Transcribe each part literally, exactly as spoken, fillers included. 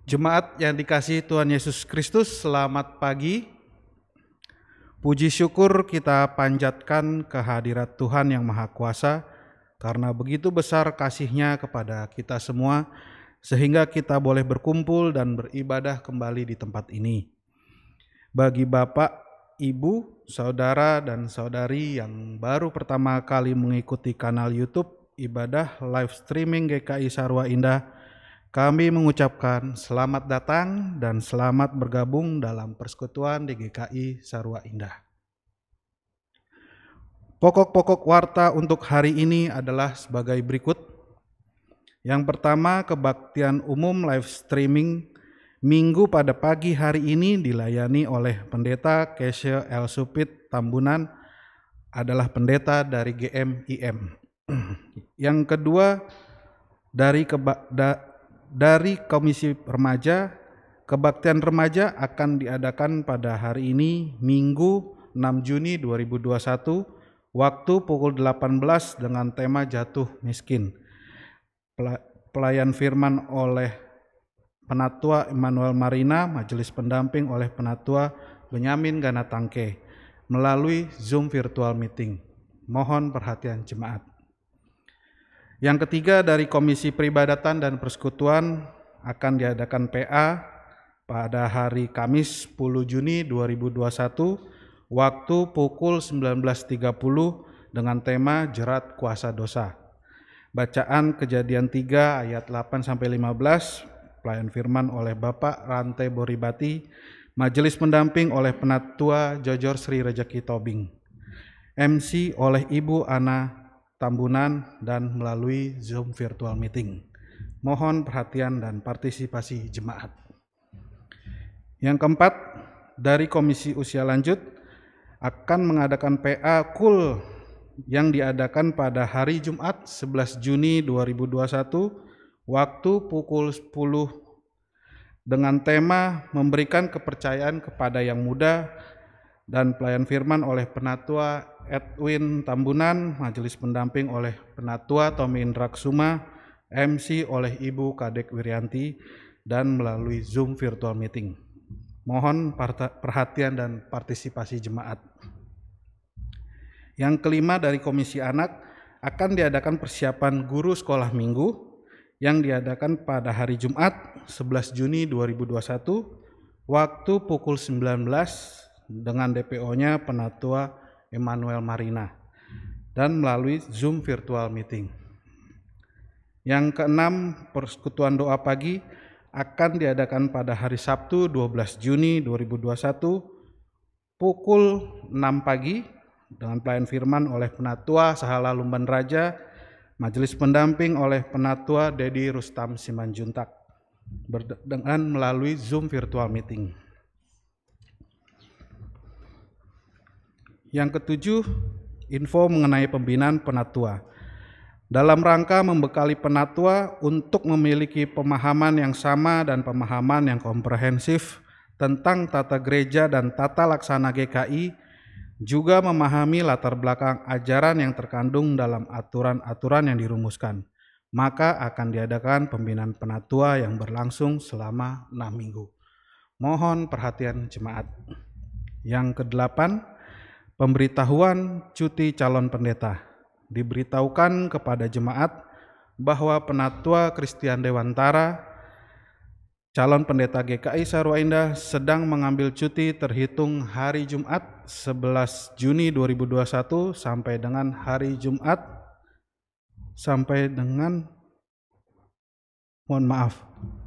Jemaat yang dikasihi Tuhan Yesus Kristus, selamat pagi. Puji syukur kita panjatkan kehadirat Tuhan yang Maha Kuasa, karena begitu besar kasih-Nya kepada kita semua, sehingga kita boleh berkumpul dan beribadah kembali di tempat ini. Bagi Bapak, Ibu, Saudara, dan Saudari yang baru pertama kali mengikuti kanal YouTube Ibadah Live Streaming G K I Sarwa Indah, kami mengucapkan selamat datang dan selamat bergabung dalam persekutuan di G K I Sarwa Indah. Pokok-pokok warta untuk hari ini adalah sebagai berikut. Yang pertama, kebaktian umum live streaming Minggu pada pagi hari ini dilayani oleh Pendeta Keshe El Supit Tambunan, adalah pendeta dari G M I M. Yang kedua, dari keba- da- Dari Komisi Remaja, kebaktian remaja akan diadakan pada hari ini Minggu enam Juni dua ribu dua puluh satu, waktu pukul delapan belas dengan tema jatuh miskin. Pelayan firman oleh Penatua Emmanuel Marina, majelis pendamping oleh Penatua Benyamin Ganatangke melalui Zoom virtual meeting. Mohon perhatian jemaat. Yang ketiga, dari Komisi Peribadatan dan Persekutuan akan diadakan P A pada hari Kamis sepuluh Juni dua ribu dua puluh satu, waktu pukul sembilan belas tiga puluh dengan tema Jerat Kuasa Dosa. Bacaan Kejadian tiga ayat delapan sampai lima belas, pelayan firman oleh Bapak Rante Boribati, majelis pendamping oleh Penatua Jojor Sri Rejeki Tobing, M C oleh Ibu Ana Tambunan, dan melalui Zoom virtual meeting. Mohon perhatian dan partisipasi jemaat. Yang keempat, dari Komisi Usia Lanjut akan mengadakan P A K U L yang diadakan pada hari Jumat sebelas Juni dua ribu dua puluh satu, waktu pukul sepuluh dengan tema memberikan kepercayaan kepada yang muda, dan pelayan firman oleh Penatua Edwin Tambunan, majelis pendamping oleh Penatua Tommy Indraksuma, M C oleh Ibu Kadek Wirianti, dan melalui Zoom virtual meeting. Mohon perhatian dan partisipasi jemaat. Yang kelima, dari Komisi Anak akan diadakan persiapan guru sekolah minggu yang diadakan pada hari Jumat sebelas Juni dua ribu dua puluh satu, waktu pukul sembilan belas dengan D P O-nya Penatua Emmanuel Marina, dan melalui Zoom virtual meeting. Yang keenam, persekutuan doa pagi akan diadakan pada hari Sabtu dua belas Juni dua ribu dua puluh satu, pukul enam pagi dengan pelayan firman oleh Penatua Sahala Lumban Raja, majelis pendamping oleh Penatua Dedi Rustam Simanjuntak, dengan melalui Zoom virtual meeting. Yang ketujuh, info mengenai pembinaan penatua. Dalam rangka membekali penatua untuk memiliki pemahaman yang sama dan pemahaman yang komprehensif tentang tata gereja dan tata laksana G K I, juga memahami latar belakang ajaran yang terkandung dalam aturan-aturan yang dirumuskan, maka akan diadakan pembinaan penatua yang berlangsung selama enam minggu. Mohon perhatian jemaat. Yang kedelapan, pemberitahuan cuti calon pendeta. Diberitahukan kepada jemaat bahwa Penatua Christian Dewantara, calon pendeta G K I Sarwa Indah, sedang mengambil cuti terhitung hari Jumat sebelas Juni dua ribu dua puluh satu sampai dengan hari Jumat sampai dengan mohon maaf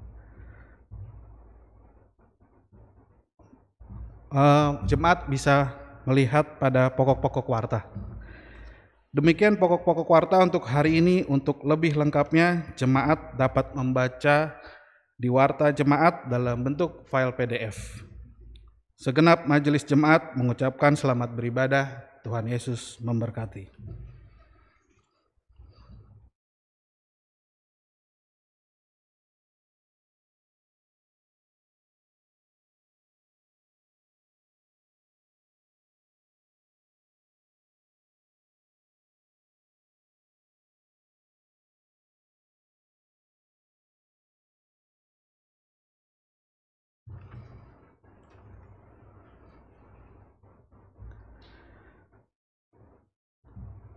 uh, jemaat bisa melihat pada pokok-pokok warta. Demikian pokok-pokok warta untuk hari ini. Untuk lebih lengkapnya, jemaat dapat membaca di warta jemaat dalam bentuk file P D F. Segenap majelis jemaat mengucapkan selamat beribadah. Tuhan Yesus memberkati.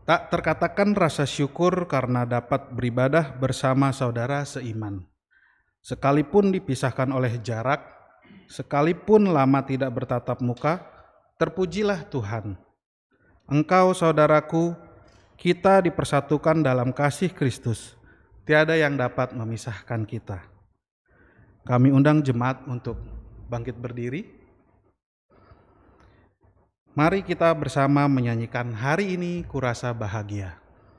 Tak terkatakan rasa syukur karena dapat beribadah bersama saudara seiman. Sekalipun dipisahkan oleh jarak, sekalipun lama tidak bertatap muka, terpujilah Tuhan. Engkau saudaraku, kita dipersatukan dalam kasih Kristus. Tiada yang dapat memisahkan kita. Kami undang jemaat untuk bangkit berdiri. Mari kita bersama menyanyikan Hari Ini Kurasa Bahagia.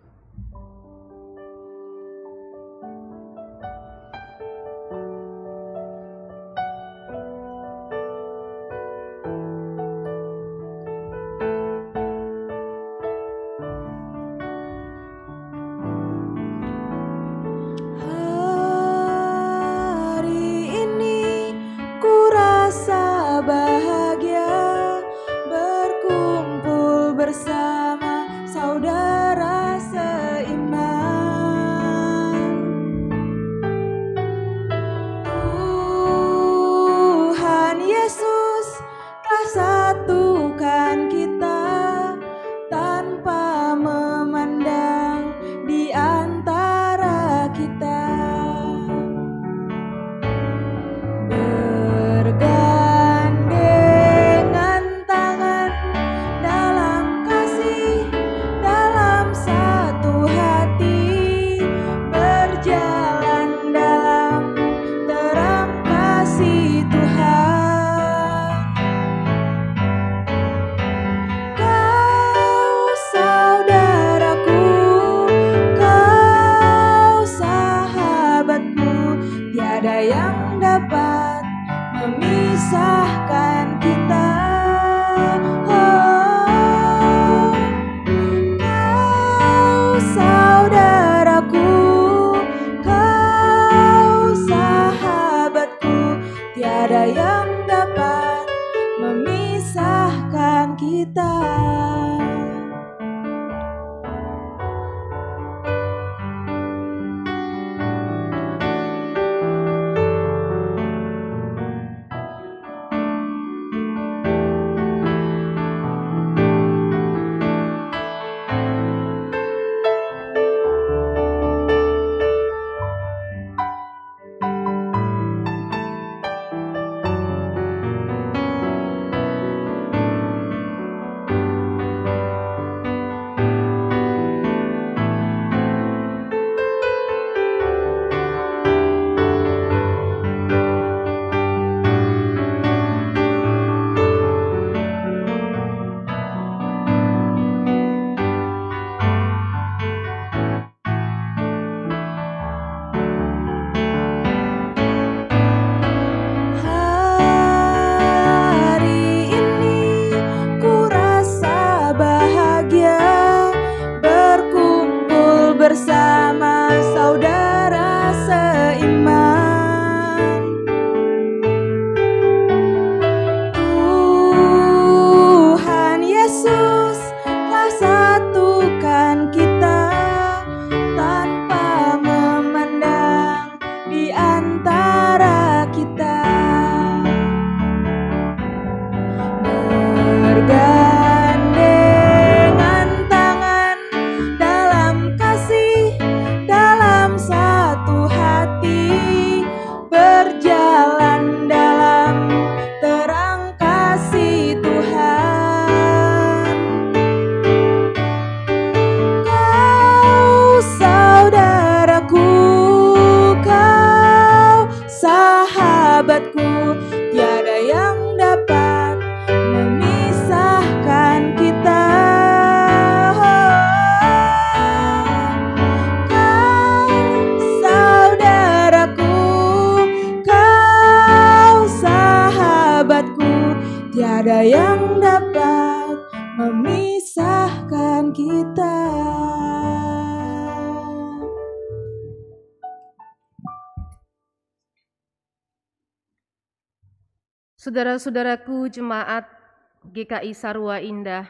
Saudara-saudaraku jemaat G K I Sarua Indah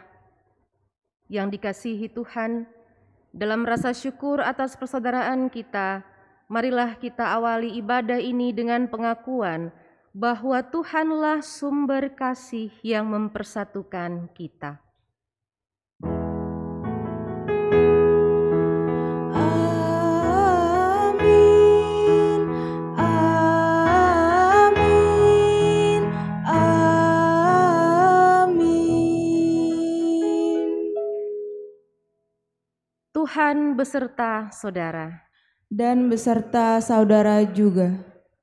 yang dikasihi Tuhan, dalam rasa syukur atas persaudaraan kita, marilah kita awali ibadah ini dengan pengakuan bahwa Tuhanlah sumber kasih yang mempersatukan kita. Tuhan beserta saudara. Dan beserta saudara juga.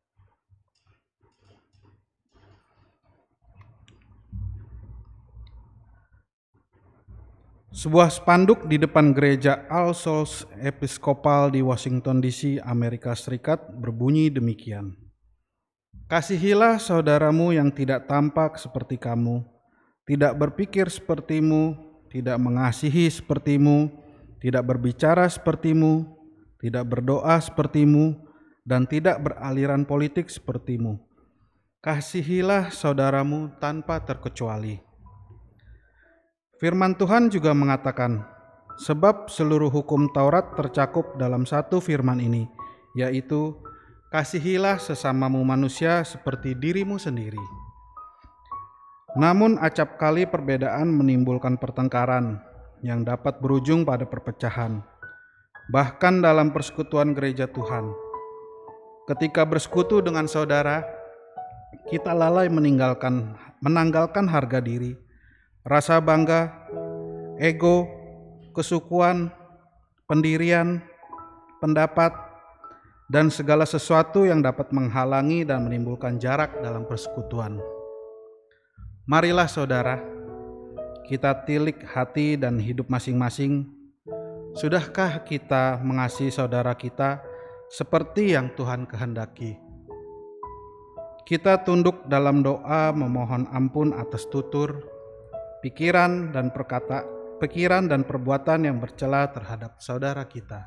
Sebuah spanduk di depan gereja All Souls Episkopal di Washington D C, Amerika Serikat berbunyi demikian. Kasihilah saudaramu yang tidak tampak seperti kamu, tidak berpikir sepertimu, tidak mengasihi sepertimu, tidak berbicara sepertimu, tidak berdoa sepertimu, dan tidak beraliran politik sepertimu. Kasihilah saudaramu tanpa terkecuali. Firman Tuhan juga mengatakan, sebab seluruh hukum Taurat tercakup dalam satu firman ini, yaitu kasihilah sesamamu manusia seperti dirimu sendiri. Namun acap kali perbedaan menimbulkan pertengkaran yang dapat berujung pada perpecahan, bahkan dalam persekutuan gereja Tuhan. Ketika bersekutu dengan saudara, kita lalai meninggalkan menanggalkan harga diri, rasa bangga, ego, kesukuan, pendirian, pendapat, dan segala sesuatu yang dapat menghalangi dan menimbulkan jarak dalam persekutuan. Marilah saudara, kita tilik hati dan hidup masing-masing. Sudahkah kita mengasihi saudara kita seperti yang Tuhan kehendaki? Kita tunduk dalam doa memohon ampun atas tutur, pikiran dan perkata, pikiran dan perbuatan yang bercela terhadap saudara kita.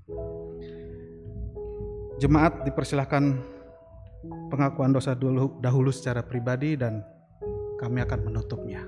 Jemaat dipersilahkan pengakuan dosa dulu, dahulu secara pribadi dan kami akan menutupnya.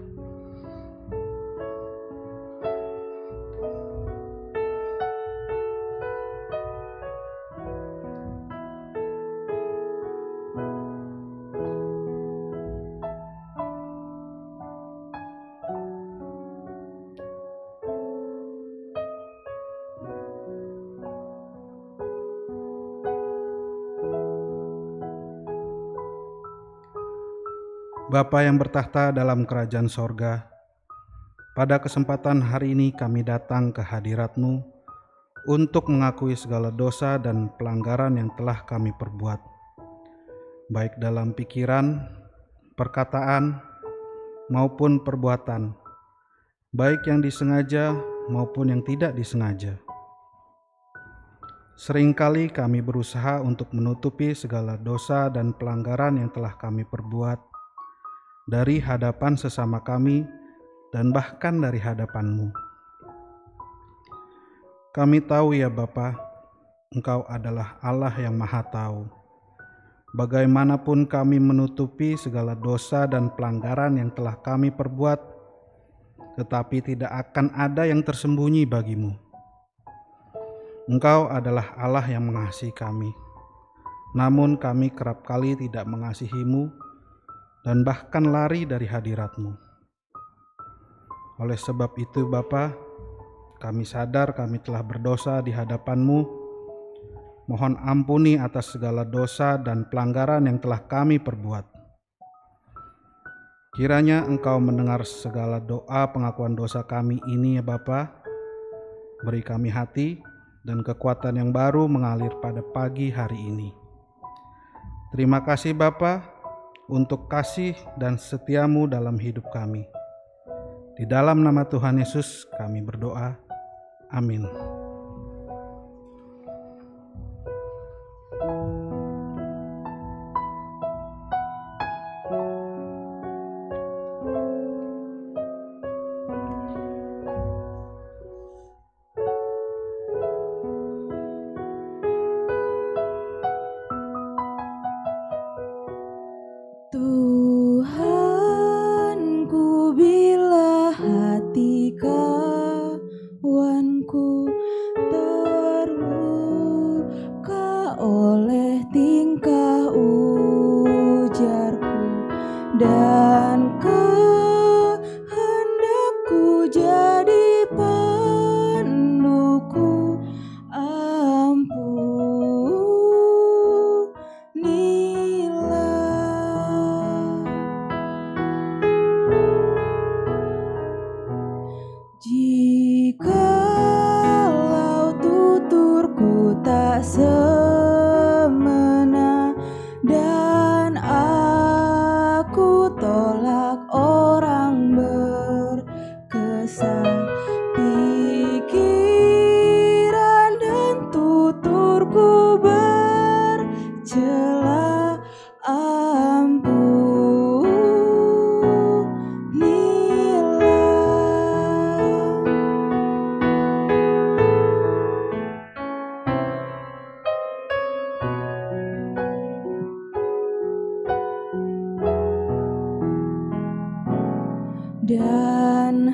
Bapa yang bertahta dalam kerajaan sorga, pada kesempatan hari ini kami datang ke hadirat-Mu untuk mengakui segala dosa dan pelanggaran yang telah kami perbuat, baik dalam pikiran, perkataan, maupun perbuatan, baik yang disengaja maupun yang tidak disengaja. Seringkali kami berusaha untuk menutupi segala dosa dan pelanggaran yang telah kami perbuat dari hadapan sesama kami dan bahkan dari hadapan-Mu. Kami tahu ya Bapa, Engkau adalah Allah yang Maha Tahu. Bagaimanapun kami menutupi segala dosa dan pelanggaran yang telah kami perbuat, tetapi tidak akan ada yang tersembunyi bagi-Mu. Engkau adalah Allah yang mengasihi kami. Namun kami kerap kali tidak mengasihi-Mu dan bahkan lari dari hadirat-Mu. Oleh sebab itu Bapa, kami sadar kami telah berdosa di hadapan-Mu. Mohon ampuni atas segala dosa dan pelanggaran yang telah kami perbuat. Kiranya Engkau mendengar segala doa pengakuan dosa kami ini ya Bapa. Beri kami hati dan kekuatan yang baru mengalir pada pagi hari ini. Terima kasih Bapa untuk kasih dan setia-Mu dalam hidup kami. Di dalam nama Tuhan Yesus kami berdoa. Amin. Tuhanku, bila hati kawanku semena, dan aku tolak orang berkesah. Pikiran dan tuturku bercela, dan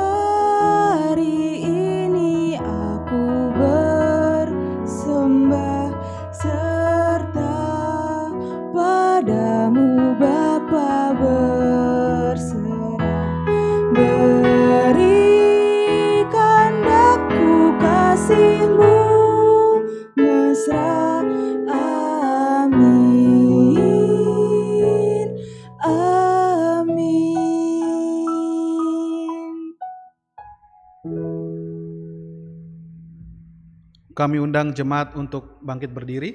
hari ini aku bersembah serta padamu Bapa berserah. Berikan daku kasih-Mu mesra. Amin, amin. Kami undang jemaat untuk bangkit berdiri.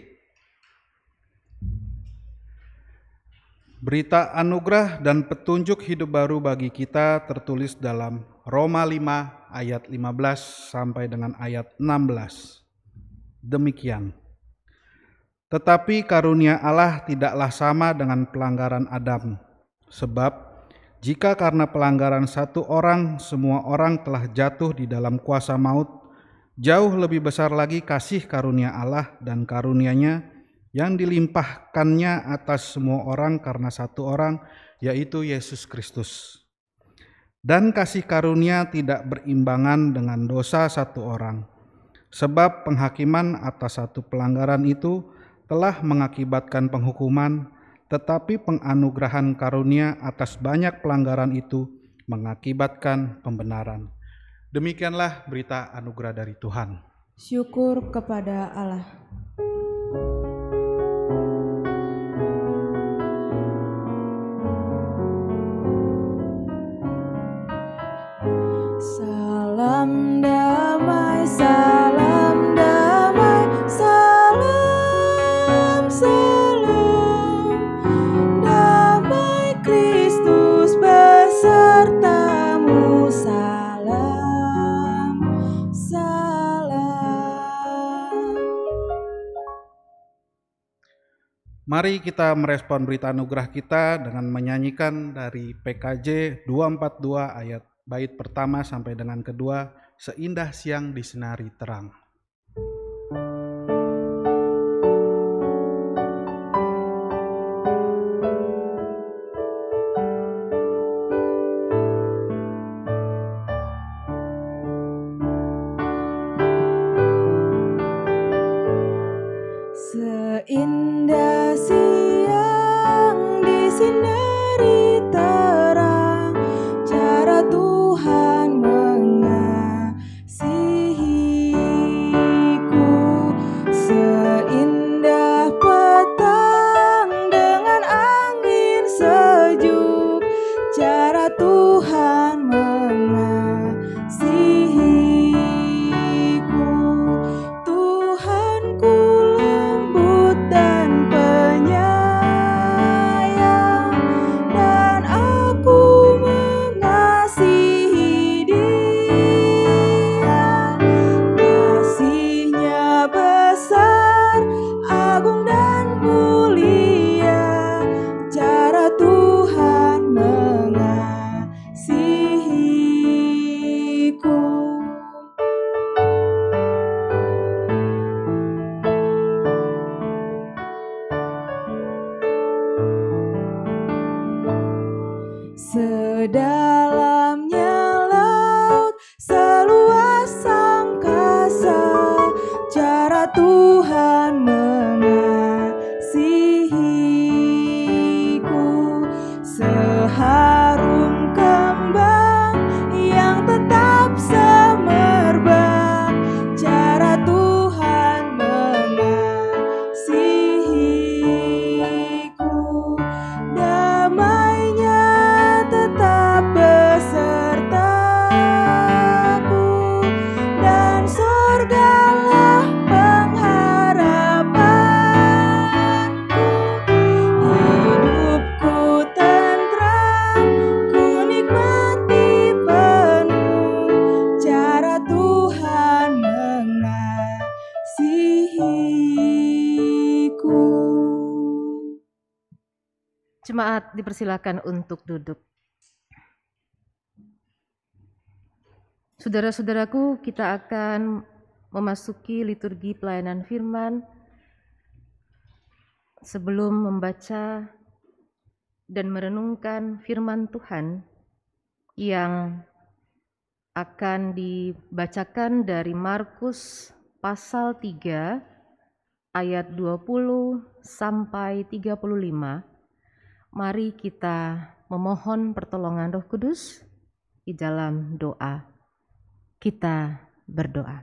Berita anugerah dan petunjuk hidup baru bagi kita tertulis dalam Roma lima ayat lima belas sampai dengan ayat enam belas. Demikian. Tetapi karunia Allah tidaklah sama dengan pelanggaran Adam. Sebab jika karena pelanggaran satu orang semua orang telah jatuh di dalam kuasa maut, jauh lebih besar lagi kasih karunia Allah dan karunia-Nya yang dilimpahkannya atas semua orang karena satu orang, yaitu Yesus Kristus. Dan kasih karunia tidak berimbangan dengan dosa satu orang, sebab penghakiman atas satu pelanggaran itu telah mengakibatkan penghukuman, tetapi penganugerahan karunia atas banyak pelanggaran itu mengakibatkan pembenaran. Demikianlah berita anugerah dari Tuhan. Syukur kepada Allah. Salam damai, salam damai, salam, salam damai Kristus besertamu, salam, salam. Mari kita merespon berita anugerah kita dengan menyanyikan dari P K J dua empat dua ayat bait pertama sampai dengan kedua, Seindah Siang Disinari Terang. Seindah siang disinari terang, cara Tuhan mengasihiku. Seindah petang dengan angin sejuk, cara Tuhan mengasihiku. Tuhanku lembut dan penyayang, dan aku mengasihi Dia. Kasih-Nya besar, agung dan mulia, cara Tuhan mengasihiku. Sedalamnya laut, seluas angkasa, cara Tuhan mengasihiku. Seharum kembang yang tetap semerbak, cara Tuhan mengasihiku. Damai-Nya tetap besertaku, dan sorgalah pengharapanku. Jemaat dipersilakan untuk duduk. Saudara-saudaraku, kita akan memasuki liturgi pelayanan firman. Sebelum membaca dan merenungkan firman Tuhan yang akan dibacakan dari Markus pasal tiga ayat dua puluh sampai tiga puluh lima, mari kita memohon pertolongan Roh Kudus di dalam doa. Kita berdoa.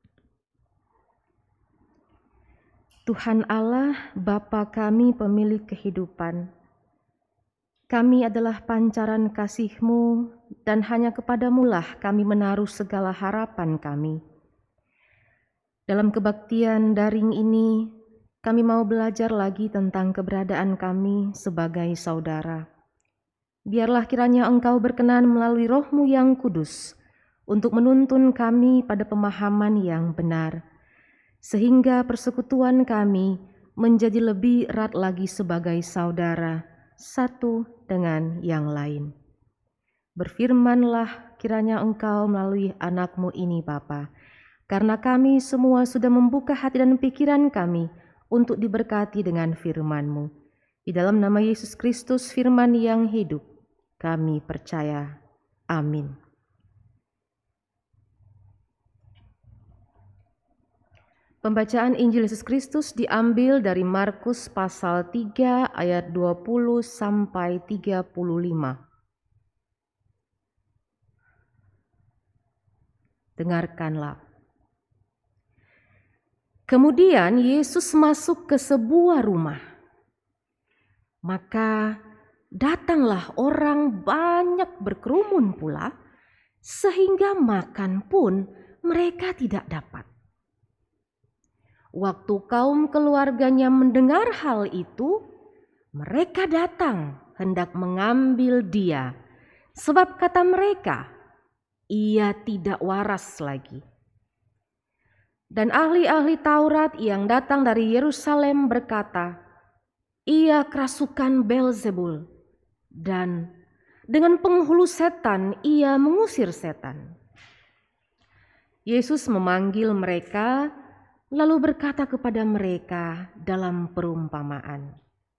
Tuhan Allah, Bapa kami pemilik kehidupan, kami adalah pancaran kasih-Mu dan hanya kepadamu-lah kami menaruh segala harapan kami. Dalam kebaktian daring ini, kami mau belajar lagi tentang keberadaan kami sebagai saudara. Biarlah kiranya Engkau berkenan melalui Roh-Mu yang kudus untuk menuntun kami pada pemahaman yang benar, sehingga persekutuan kami menjadi lebih erat lagi sebagai saudara, satu dengan yang lain. Berfirmanlah kiranya Engkau melalui anak-Mu ini Bapa, karena kami semua sudah membuka hati dan pikiran kami untuk diberkati dengan firman-Mu. Di dalam nama Yesus Kristus, firman yang hidup, kami percaya. Amin. Pembacaan Injil Yesus Kristus diambil dari Markus pasal tiga ayat dua puluh sampai tiga puluh lima. Dengarkanlah. Kemudian Yesus masuk ke sebuah rumah. Maka datanglah orang banyak berkerumun pula, sehingga makan pun mereka tidak dapat. Waktu kaum keluarganya mendengar hal itu, mereka datang hendak mengambil dia, sebab kata mereka, ia tidak waras lagi. Dan ahli-ahli Taurat yang datang dari Yerusalem berkata, ia kerasukan Beelzebul, dan dengan penghulu setan ia mengusir setan. Yesus memanggil mereka, lalu berkata kepada mereka dalam perumpamaan,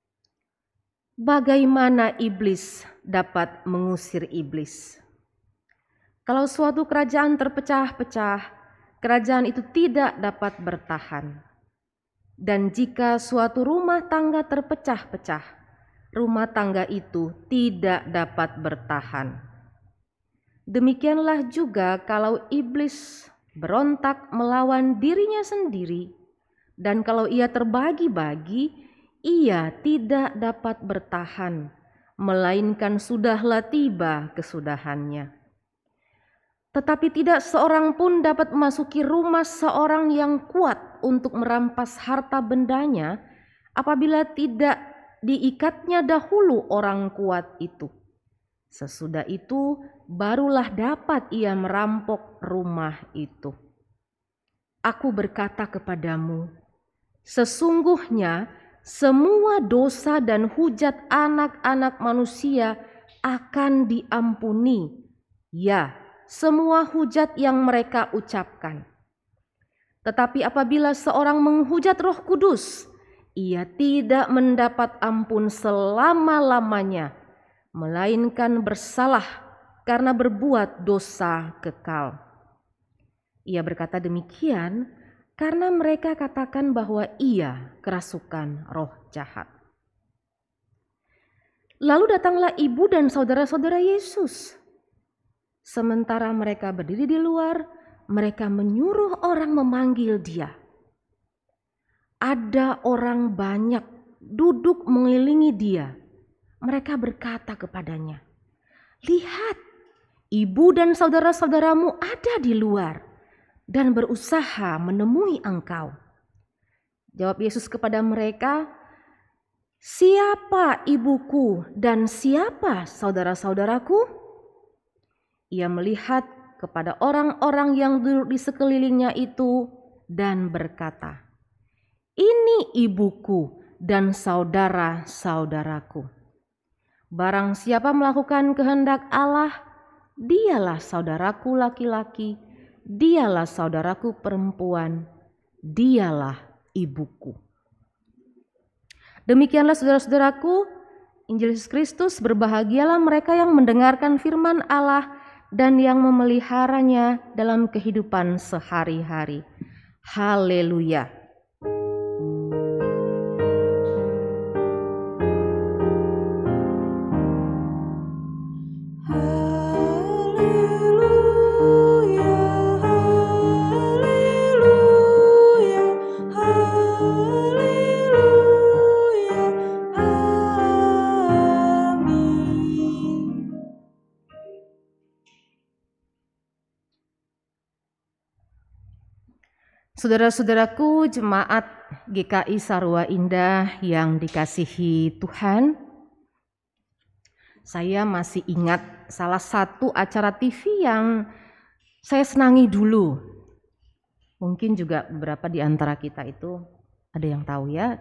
bagaimana iblis dapat mengusir iblis? Kalau suatu kerajaan terpecah-pecah, kerajaan itu tidak dapat bertahan. Dan jika suatu rumah tangga terpecah-pecah, rumah tangga itu tidak dapat bertahan. Demikianlah juga kalau iblis berontak melawan dirinya sendiri, dan kalau ia terbagi-bagi, ia tidak dapat bertahan, melainkan sudahlah tiba kesudahannya. Tetapi tidak seorang pun dapat memasuki rumah seorang yang kuat untuk merampas harta bendanya apabila tidak diikatnya dahulu orang kuat itu. Sesudah itu barulah dapat ia merampok rumah itu. Aku berkata kepadamu, sesungguhnya semua dosa dan hujat anak-anak manusia akan diampuni. Ya, semua hujat yang mereka ucapkan. Tetapi apabila seorang menghujat Roh Kudus, ia tidak mendapat ampun selama-lamanya, melainkan bersalah karena berbuat dosa kekal. Ia berkata demikian karena mereka katakan bahwa ia kerasukan roh jahat. Lalu datanglah ibu dan saudara-saudara Yesus. Sementara mereka berdiri di luar, mereka menyuruh orang memanggil dia. Ada orang banyak duduk mengelilingi dia. Mereka berkata kepadanya, lihat, ibu dan saudara-saudaramu ada di luar dan berusaha menemui engkau. Jawab Yesus kepada mereka, siapa ibuku dan siapa saudara-saudaraku? Ia melihat kepada orang-orang yang duduk di sekelilingnya itu dan berkata, ini ibuku dan saudara-saudaraku. Barang siapa melakukan kehendak Allah, dialah saudaraku laki-laki, dialah saudaraku perempuan, dialah ibuku. Demikianlah saudara-saudaraku, Injil Yesus Kristus, berbahagialah mereka yang mendengarkan firman Allah dan yang memeliharanya dalam kehidupan sehari-hari. Haleluya. Haleluya, haleluya, haleluya, amin. Saudara-saudaraku jemaat G K I Sarua Indah yang dikasihi Tuhan, saya masih ingat salah satu acara T V yang saya senangi dulu. Mungkin juga beberapa di antara kita itu ada yang tahu ya,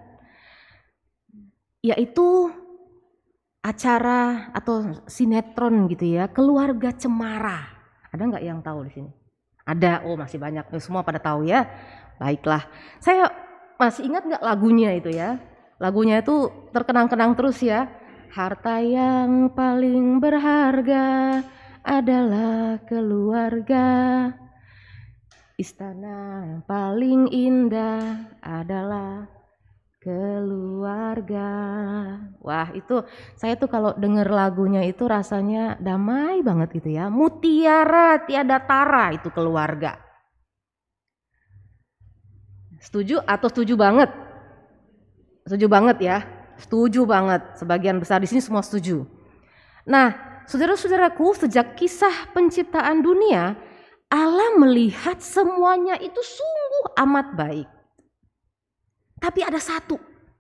yaitu acara atau sinetron gitu ya, Keluarga Cemara. Ada nggak yang tahu di sini? Ada, oh masih banyak, semua pada tahu ya. Baiklah, saya masih ingat nggak lagunya itu ya? Lagunya itu terkenang-kenang terus ya. Harta yang paling berharga adalah keluarga. Istana yang paling indah adalah keluarga. Wah, itu saya tuh kalau denger lagunya itu rasanya damai banget gitu ya. Mutiara tiada tara itu keluarga. Setuju atau setuju banget? Setuju banget ya. Setuju banget. Sebagian besar di sini semua setuju. Nah, saudara-saudaraku, sejak kisah penciptaan dunia, Allah melihat semuanya itu sungguh amat baik. Tapi ada satu,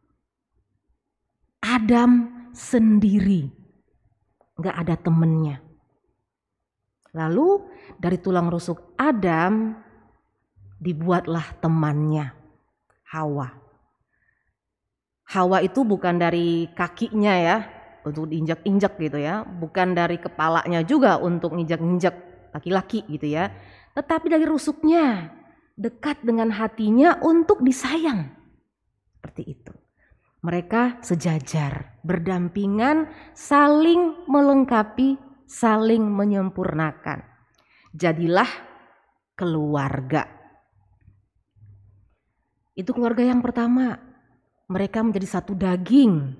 Adam sendiri, gak ada temennya. Lalu dari tulang rusuk Adam dibuatlah temannya, Hawa. Hawa itu bukan dari kakinya ya, untuk diinjak-injak gitu ya, bukan dari kepalanya juga untuk nginjak-injak laki-laki gitu ya, tetapi dari rusuknya, dekat dengan hatinya untuk disayang. Seperti itu. Mereka sejajar, berdampingan, saling melengkapi, saling menyempurnakan. Jadilah keluarga. Itu keluarga yang pertama. Mereka menjadi satu daging.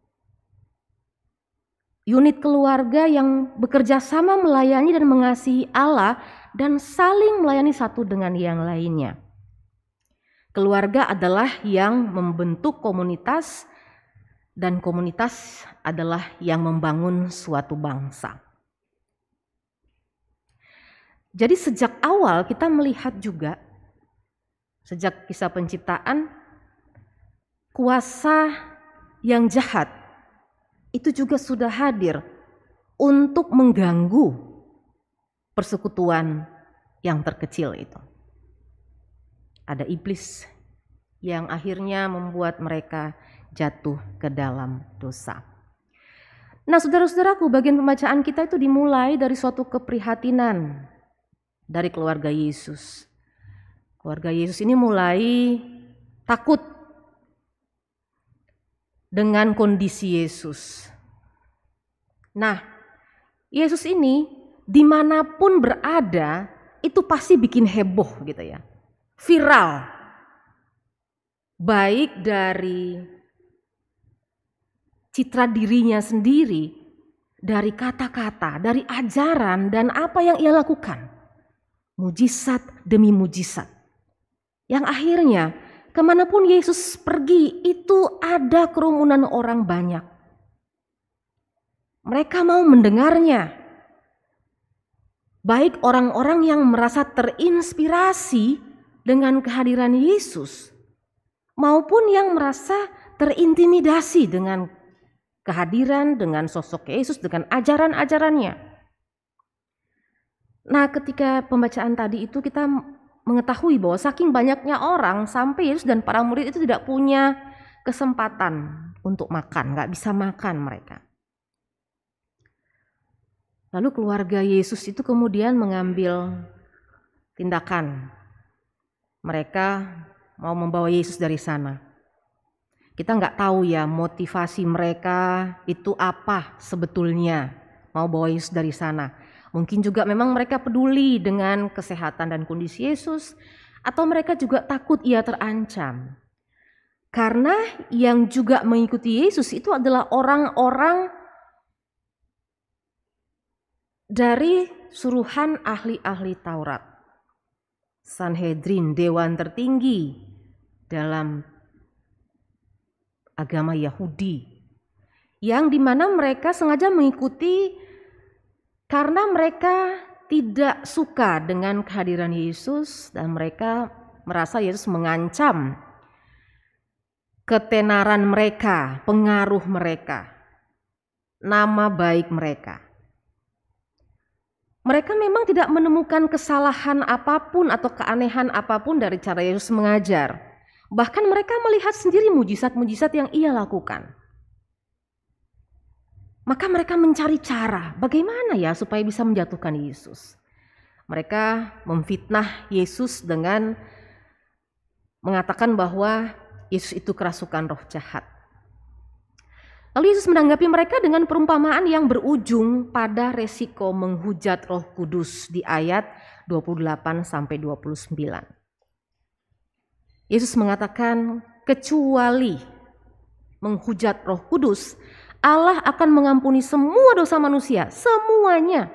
Unit keluarga yang bekerja sama melayani dan mengasihi Allah dan saling melayani satu dengan yang lainnya. Keluarga adalah yang membentuk komunitas dan komunitas adalah yang membangun suatu bangsa. Jadi sejak awal kita melihat juga, sejak kisah penciptaan, kuasa yang jahat itu juga sudah hadir untuk mengganggu persekutuan yang terkecil itu. Ada iblis yang akhirnya membuat mereka jatuh ke dalam dosa. Nah, saudara-saudaraku, bagian pembacaan kita itu dimulai dari suatu keprihatinan dari keluarga Yesus. Keluarga Yesus ini mulai takut dengan kondisi Yesus. Nah, Yesus ini dimanapun berada itu pasti bikin heboh gitu ya. Viral, baik dari citra dirinya sendiri, dari kata-kata, dari ajaran dan apa yang ia lakukan. Mujizat demi mujizat. Yang akhirnya kemanapun Yesus pergi itu ada kerumunan orang banyak. Mereka mau mendengarnya. Baik orang-orang yang merasa terinspirasi dengan kehadiran Yesus, maupun yang merasa terintimidasi dengan kehadiran, dengan sosok Yesus, dengan ajaran-ajarannya. Nah, ketika pembacaan tadi itu kita mengetahui bahwa saking banyaknya orang sampai Yesus dan para murid itu tidak punya kesempatan untuk makan, gak bisa makan mereka. Lalu keluarga Yesus itu kemudian mengambil tindakan. Mereka mau membawa Yesus dari sana. Kita nggak tahu ya motivasi mereka itu apa sebetulnya mau bawa Yesus dari sana. Mungkin juga memang mereka peduli dengan kesehatan dan kondisi Yesus, atau mereka juga takut ia terancam. Karena yang juga mengikuti Yesus itu adalah orang-orang dari suruhan ahli-ahli Taurat. Sanhedrin, dewan tertinggi dalam agama Yahudi, yang dimana mereka sengaja mengikuti karena mereka tidak suka dengan kehadiran Yesus dan mereka merasa Yesus mengancam ketenaran mereka, pengaruh mereka, nama baik mereka. Mereka memang tidak menemukan kesalahan apapun atau keanehan apapun dari cara Yesus mengajar. Bahkan mereka melihat sendiri mujizat-mujizat yang ia lakukan. Maka mereka mencari cara bagaimana ya supaya bisa menjatuhkan Yesus. Mereka memfitnah Yesus dengan mengatakan bahwa Yesus itu kerasukan roh jahat. Lalu Yesus menanggapi mereka dengan perumpamaan yang berujung pada resiko menghujat Roh Kudus di ayat dua puluh delapan sampai dua puluh sembilan. Yesus mengatakan, kecuali menghujat Roh Kudus, Allah akan mengampuni semua dosa manusia, semuanya.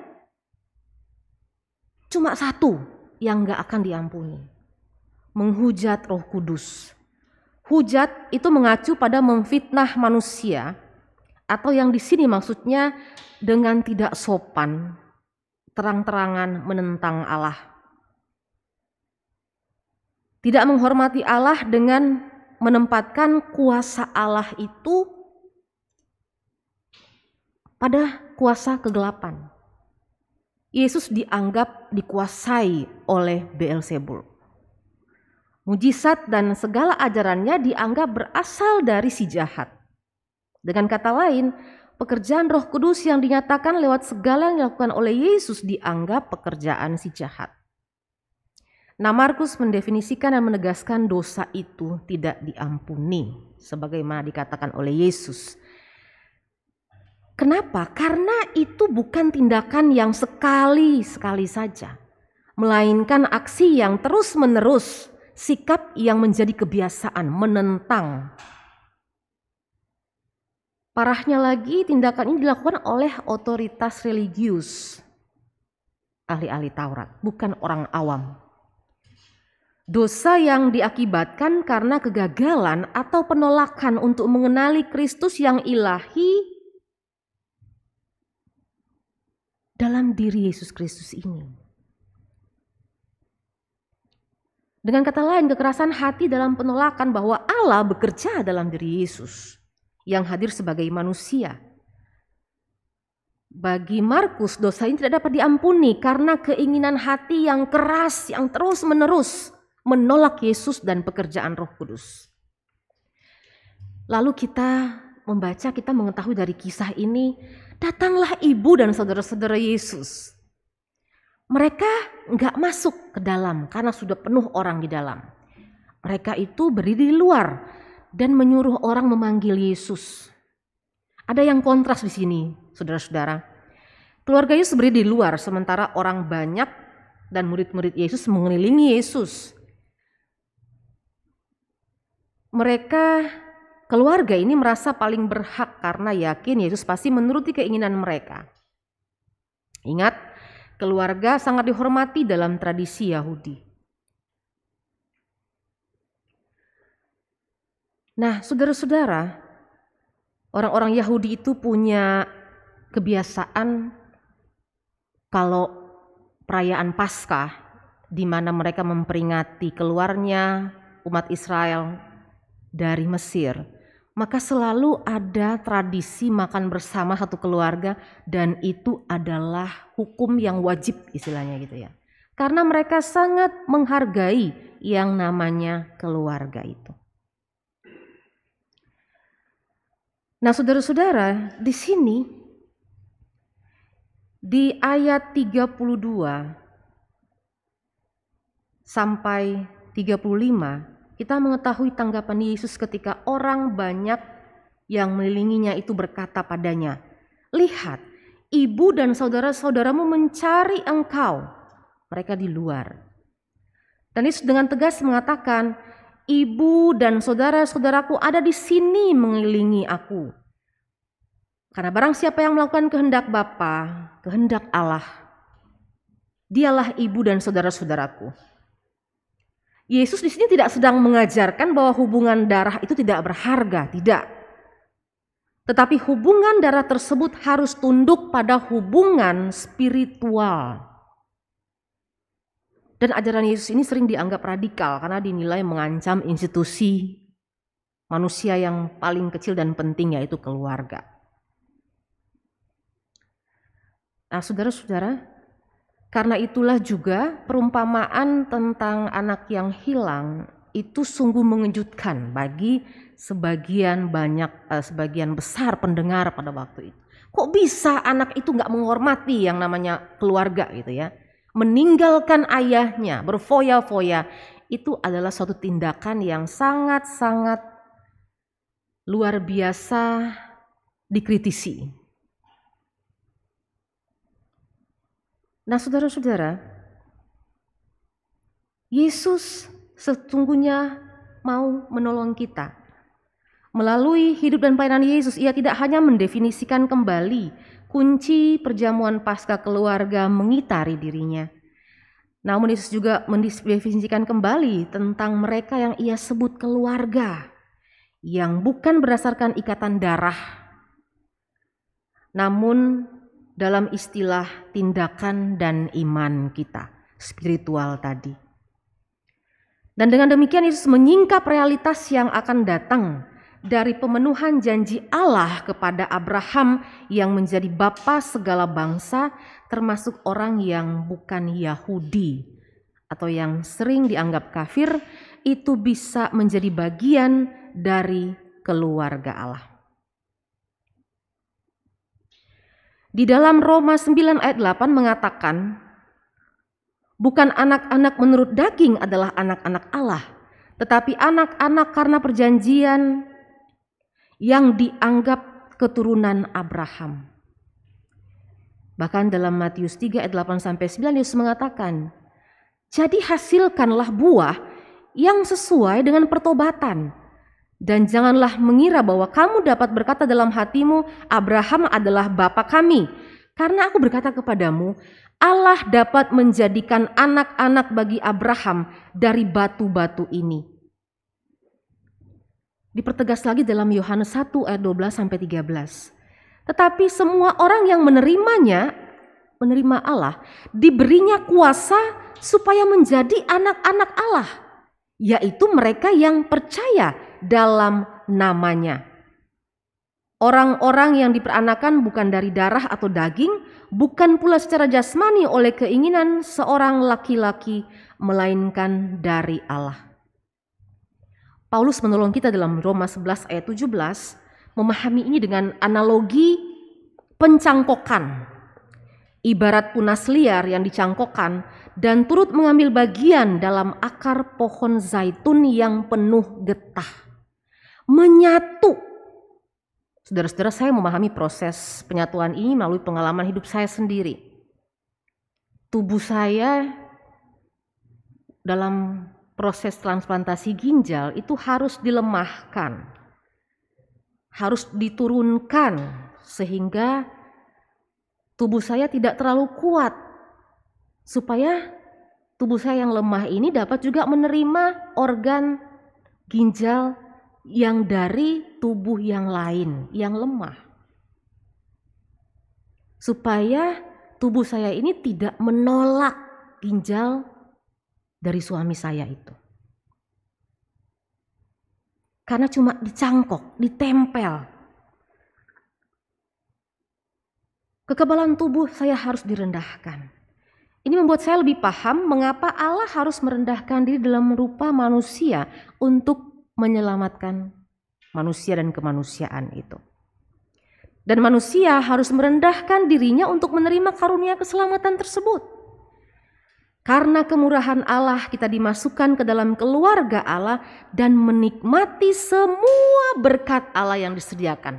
Cuma satu yang gak akan diampuni, menghujat Roh Kudus. Hujat itu mengacu pada memfitnah manusia, atau yang di sini maksudnya dengan tidak sopan, terang-terangan menentang Allah. Tidak menghormati Allah dengan menempatkan kuasa Allah itu pada kuasa kegelapan. Yesus dianggap dikuasai oleh Beelzebul. Mujizat dan segala ajarannya dianggap berasal dari si jahat. Dengan kata lain, pekerjaan Roh Kudus yang dinyatakan lewat segala yang dilakukan oleh Yesus dianggap pekerjaan si jahat. Nah, Markus mendefinisikan dan menegaskan dosa itu tidak diampuni sebagaimana dikatakan oleh Yesus. Kenapa? Karena itu bukan tindakan yang sekali-sekali saja, melainkan aksi yang terus-menerus, sikap yang menjadi kebiasaan, menentang. Parahnya lagi, tindakan ini dilakukan oleh otoritas religius, ahli-ahli Taurat, bukan orang awam. Dosa yang diakibatkan karena kegagalan atau penolakan untuk mengenali Kristus yang ilahi dalam diri Yesus Kristus ini. Dengan kata lain, kekerasan hati dalam penolakan bahwa Allah bekerja dalam diri Yesus yang hadir sebagai manusia. Bagi Markus, dosa ini tidak dapat diampuni karena keinginan hati yang keras, yang terus-menerus menolak Yesus dan pekerjaan Roh Kudus. Lalu kita membaca, kita mengetahui dari kisah ini, datanglah ibu dan saudara-saudara Yesus. Mereka enggak masuk ke dalam karena sudah penuh orang di dalam. Mereka itu berdiri di luar dan menyuruh orang memanggil Yesus. Ada yang kontras di sini, saudara-saudara. Keluarga Yesus berdiri di luar sementara orang banyak dan murid-murid Yesus mengelilingi Yesus. Mereka, keluarga ini merasa paling berhak karena yakin Yesus pasti menuruti keinginan mereka. Ingat, keluarga sangat dihormati dalam tradisi Yahudi. Nah, saudara-saudara, orang-orang Yahudi itu punya kebiasaan kalau perayaan Paskah, di mana mereka memperingati keluarnya umat Israel dari Mesir, maka selalu ada tradisi makan bersama satu keluarga dan itu adalah hukum yang wajib istilahnya gitu ya. Karena mereka sangat menghargai yang namanya keluarga itu. Nah, saudara-saudara, di sini Di ayat tiga puluh dua sampai tiga puluh lima, kita mengetahui tanggapan Yesus ketika orang banyak yang mengelilinginya itu berkata padanya, "Lihat, ibu dan saudara-saudaramu mencari engkau." Mereka di luar. Dan Yesus dengan tegas mengatakan, "Ibu dan saudara-saudaraku ada di sini mengelilingi aku. Karena barang siapa yang melakukan kehendak Bapa, kehendak Allah, dialah ibu dan saudara-saudaraku." Yesus di sini tidak sedang mengajarkan bahwa hubungan darah itu tidak berharga, tidak. Tetapi hubungan darah tersebut harus tunduk pada hubungan spiritual. Dan ajaran Yesus ini sering dianggap radikal karena dinilai mengancam institusi manusia yang paling kecil dan penting, yaitu keluarga. Nah, saudara-saudara, karena itulah juga perumpamaan tentang anak yang hilang itu sungguh mengejutkan bagi sebagian banyak, eh, sebagian besar pendengar pada waktu itu. Kok bisa anak itu nggak menghormati yang namanya keluarga gitu ya? Meninggalkan ayahnya, berfoya-foya, itu adalah suatu tindakan yang sangat-sangat luar biasa dikritisi. Nah, saudara-saudara, Yesus sesungguhnya mau menolong kita. Melalui hidup dan pelayanan Yesus, ia tidak hanya mendefinisikan kembali kunci perjamuan Paskah keluarga mengitari dirinya. Namun Yesus juga mendefinisikan kembali tentang mereka yang ia sebut keluarga, yang bukan berdasarkan ikatan darah, namun dalam istilah tindakan dan iman kita, spiritual tadi. Dan dengan demikian Yesus menyingkap realitas yang akan datang dari pemenuhan janji Allah kepada Abraham yang menjadi bapa segala bangsa, termasuk orang yang bukan Yahudi atau yang sering dianggap kafir, itu bisa menjadi bagian dari keluarga Allah. Di dalam Roma sembilan ayat delapan mengatakan, bukan anak-anak menurut daging adalah anak-anak Allah, tetapi anak-anak karena perjanjian yang dianggap keturunan Abraham. Bahkan dalam Matius tiga ayat delapan sampai sembilan Yesus mengatakan, "Jadi hasilkanlah buah yang sesuai dengan pertobatan. Dan janganlah mengira bahwa kamu dapat berkata dalam hatimu, Abraham adalah bapa kami. Karena aku berkata kepadamu, Allah dapat menjadikan anak-anak bagi Abraham dari batu-batu ini." Dipertegas lagi dalam Yohanes satu ayat dua belas sampai tiga belas. Tetapi semua orang yang menerimanya, menerima Allah, diberinya kuasa supaya menjadi anak-anak Allah, yaitu mereka yang percaya dalam namanya. Orang-orang yang diperanakan bukan dari darah atau daging, bukan pula secara jasmani oleh keinginan seorang laki-laki, melainkan dari Allah. Paulus menolong kita dalam Roma sebelas ayat tujuh belas, memahami ini dengan analogi pencangkokan. Ibarat tunas liar yang dicangkokkan dan turut mengambil bagian dalam akar pohon zaitun yang penuh getah. Menyatu. Saudara-saudara, saya memahami proses penyatuan ini melalui pengalaman hidup saya sendiri. Tubuh saya dalam proses transplantasi ginjal itu harus dilemahkan, harus diturunkan sehingga tubuh saya tidak terlalu kuat, supaya tubuh saya yang lemah ini dapat juga menerima organ ginjal yang dari tubuh yang lain yang lemah, supaya tubuh saya ini tidak menolak ginjal dari suami saya itu. Karena cuma dicangkok, ditempel. Kekebalan tubuh saya harus direndahkan. Ini membuat saya lebih paham mengapa Allah harus merendahkan diri dalam rupa manusia untuk menyelamatkan manusia dan kemanusiaan itu. Dan manusia harus merendahkan dirinya untuk menerima karunia keselamatan tersebut. Karena kemurahan Allah kita dimasukkan ke dalam keluarga Allah dan menikmati semua berkat Allah yang disediakan.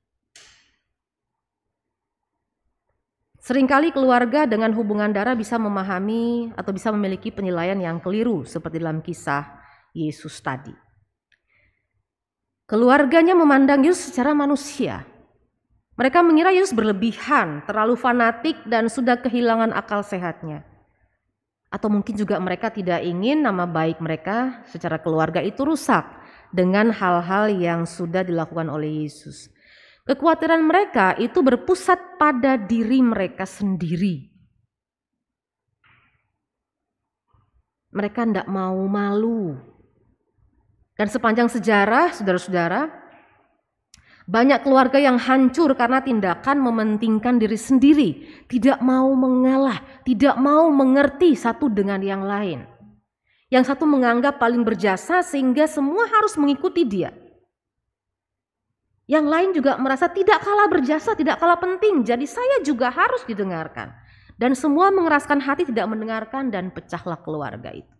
Seringkali keluarga dengan hubungan darah bisa memahami atau bisa memiliki penilaian yang keliru seperti dalam kisah Yesus tadi. Keluarganya memandang Yesus secara manusia. Mereka mengira Yesus berlebihan, terlalu fanatik dan sudah kehilangan akal sehatnya. Atau mungkin juga mereka tidak ingin nama baik mereka secara keluarga itu rusak dengan hal-hal yang sudah dilakukan oleh Yesus. Kekhawatiran mereka itu berpusat pada diri mereka sendiri. Mereka tidak mau malu. Dan sepanjang sejarah, saudara-saudara, banyak keluarga yang hancur karena tindakan mementingkan diri sendiri, tidak mau mengalah, tidak mau mengerti satu dengan yang lain. Yang satu menganggap paling berjasa sehingga semua harus mengikuti dia. Yang lain juga merasa tidak kalah berjasa, tidak kalah penting, jadi saya juga harus didengarkan. Dan semua mengeraskan hati tidak mendengarkan dan pecahlah keluarga itu.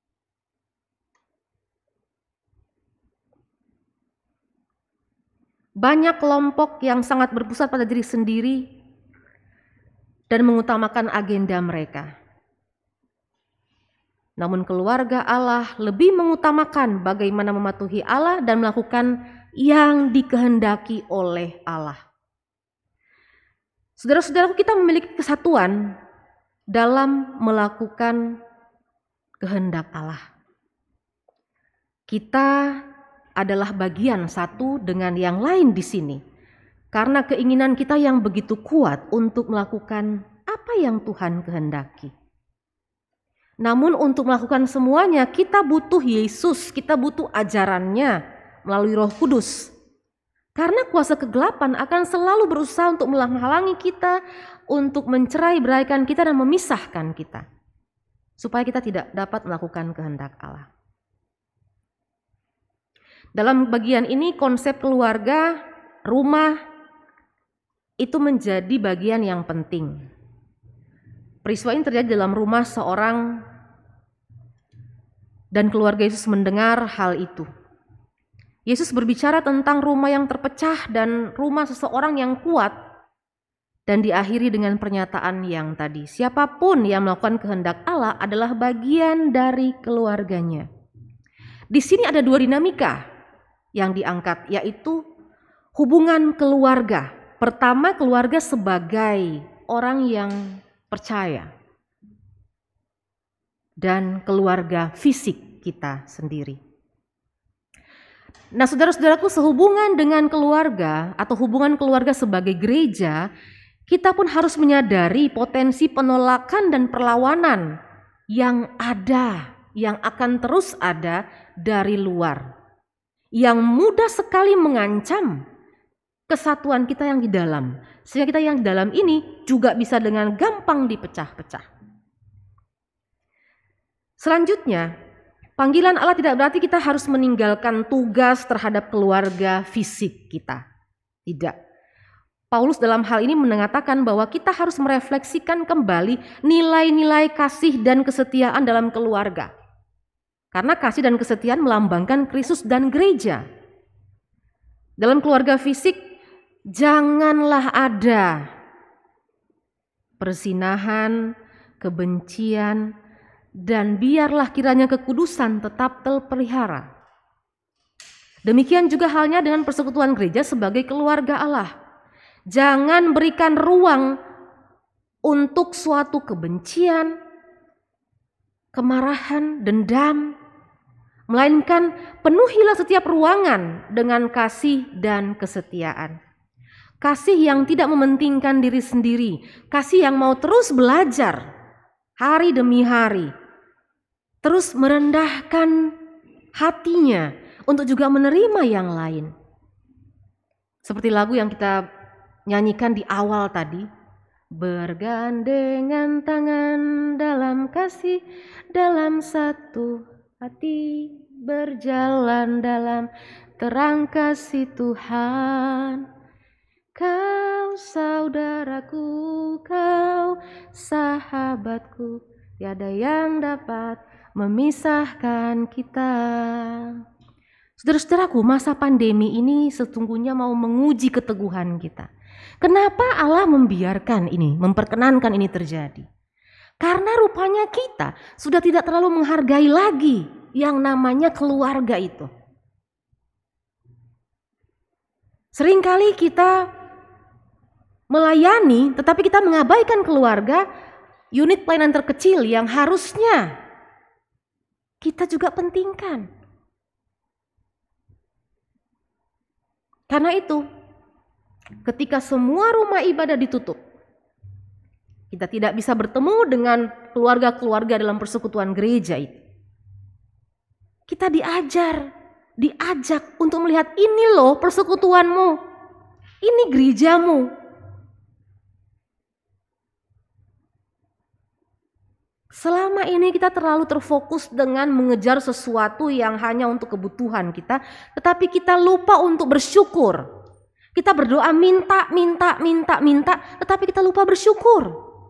Banyak kelompok yang sangat berpusat pada diri sendiri dan mengutamakan agenda mereka. Namun keluarga Allah lebih mengutamakan bagaimana mematuhi Allah dan melakukan yang dikehendaki oleh Allah. Saudara-saudaraku, kita memiliki kesatuan dalam melakukan kehendak Allah. Kita adalah bagian satu dengan yang lain di sini. Karena keinginan kita yang begitu kuat untuk melakukan apa yang Tuhan kehendaki. Namun untuk melakukan semuanya kita butuh Yesus, kita butuh ajarannya melalui Roh Kudus. Karena kuasa kegelapan akan selalu berusaha untuk menghalangi kita, untuk mencerai beraikan kita dan memisahkan kita. Supaya kita tidak dapat melakukan kehendak Allah. Dalam bagian ini konsep keluarga, rumah, itu menjadi bagian yang penting. Peristiwa ini terjadi dalam rumah seorang dan keluarga Yesus mendengar hal itu. Yesus berbicara tentang rumah yang terpecah dan rumah seseorang yang kuat dan diakhiri dengan pernyataan yang tadi. Siapapun yang melakukan kehendak Allah adalah bagian dari keluarganya. Di sini ada dua dinamika yang diangkat, yaitu hubungan keluarga. Pertama, keluarga sebagai orang yang percaya dan keluarga fisik kita sendiri. Nah, saudara-saudaraku, sehubungan dengan keluarga atau hubungan keluarga sebagai gereja, kita pun harus menyadari potensi penolakan dan perlawanan yang ada, yang akan terus ada dari luar, yang mudah sekali mengancam kesatuan kita yang di dalam, sehingga kita yang di dalam ini juga bisa dengan gampang dipecah-pecah. Selanjutnya, panggilan Allah tidak berarti kita harus meninggalkan tugas terhadap keluarga fisik kita. Tidak. Paulus dalam hal ini mengatakan bahwa kita harus merefleksikan kembali nilai-nilai kasih dan kesetiaan dalam keluarga. Karena kasih dan kesetiaan melambangkan Kristus dan gereja. Dalam keluarga fisik, janganlah ada perzinahan, kebencian, dan biarlah kiranya kekudusan tetap terpelihara. Demikian juga halnya dengan persekutuan gereja sebagai keluarga Allah. Jangan berikan ruang untuk suatu kebencian, kemarahan, dendam, melainkan penuhilah setiap ruangan dengan kasih dan kesetiaan. Kasih yang tidak mementingkan diri sendiri, kasih yang mau terus belajar hari demi hari, terus merendahkan hatinya untuk juga menerima yang lain. Seperti lagu yang kita nyanyikan di awal tadi, bergandengan tangan dalam kasih, dalam satu hati, berjalan dalam terang kasih Tuhan. Kau saudaraku, kau sahabatku, tiada yang dapat memisahkan kita. Saudara-saudaraku, masa pandemi ini sesungguhnya mau menguji keteguhan kita. Kenapa Allah membiarkan ini, memperkenankan ini terjadi? Karena rupanya kita sudah tidak terlalu menghargai lagi yang namanya keluarga itu. Seringkali kita melayani, tetapi kita mengabaikan keluarga, unit pelayanan terkecil yang harusnya kita juga pentingkan. Karena itu, ketika semua rumah ibadah ditutup, kita tidak bisa bertemu dengan keluarga-keluarga dalam persekutuan gereja itu. Kita diajar, diajak untuk melihat ini loh persekutuanmu, ini gerejamu. Selama ini kita terlalu terfokus dengan mengejar sesuatu yang hanya untuk kebutuhan kita, tetapi kita lupa untuk bersyukur. Kita berdoa minta, minta, minta, minta, tetapi kita lupa bersyukur.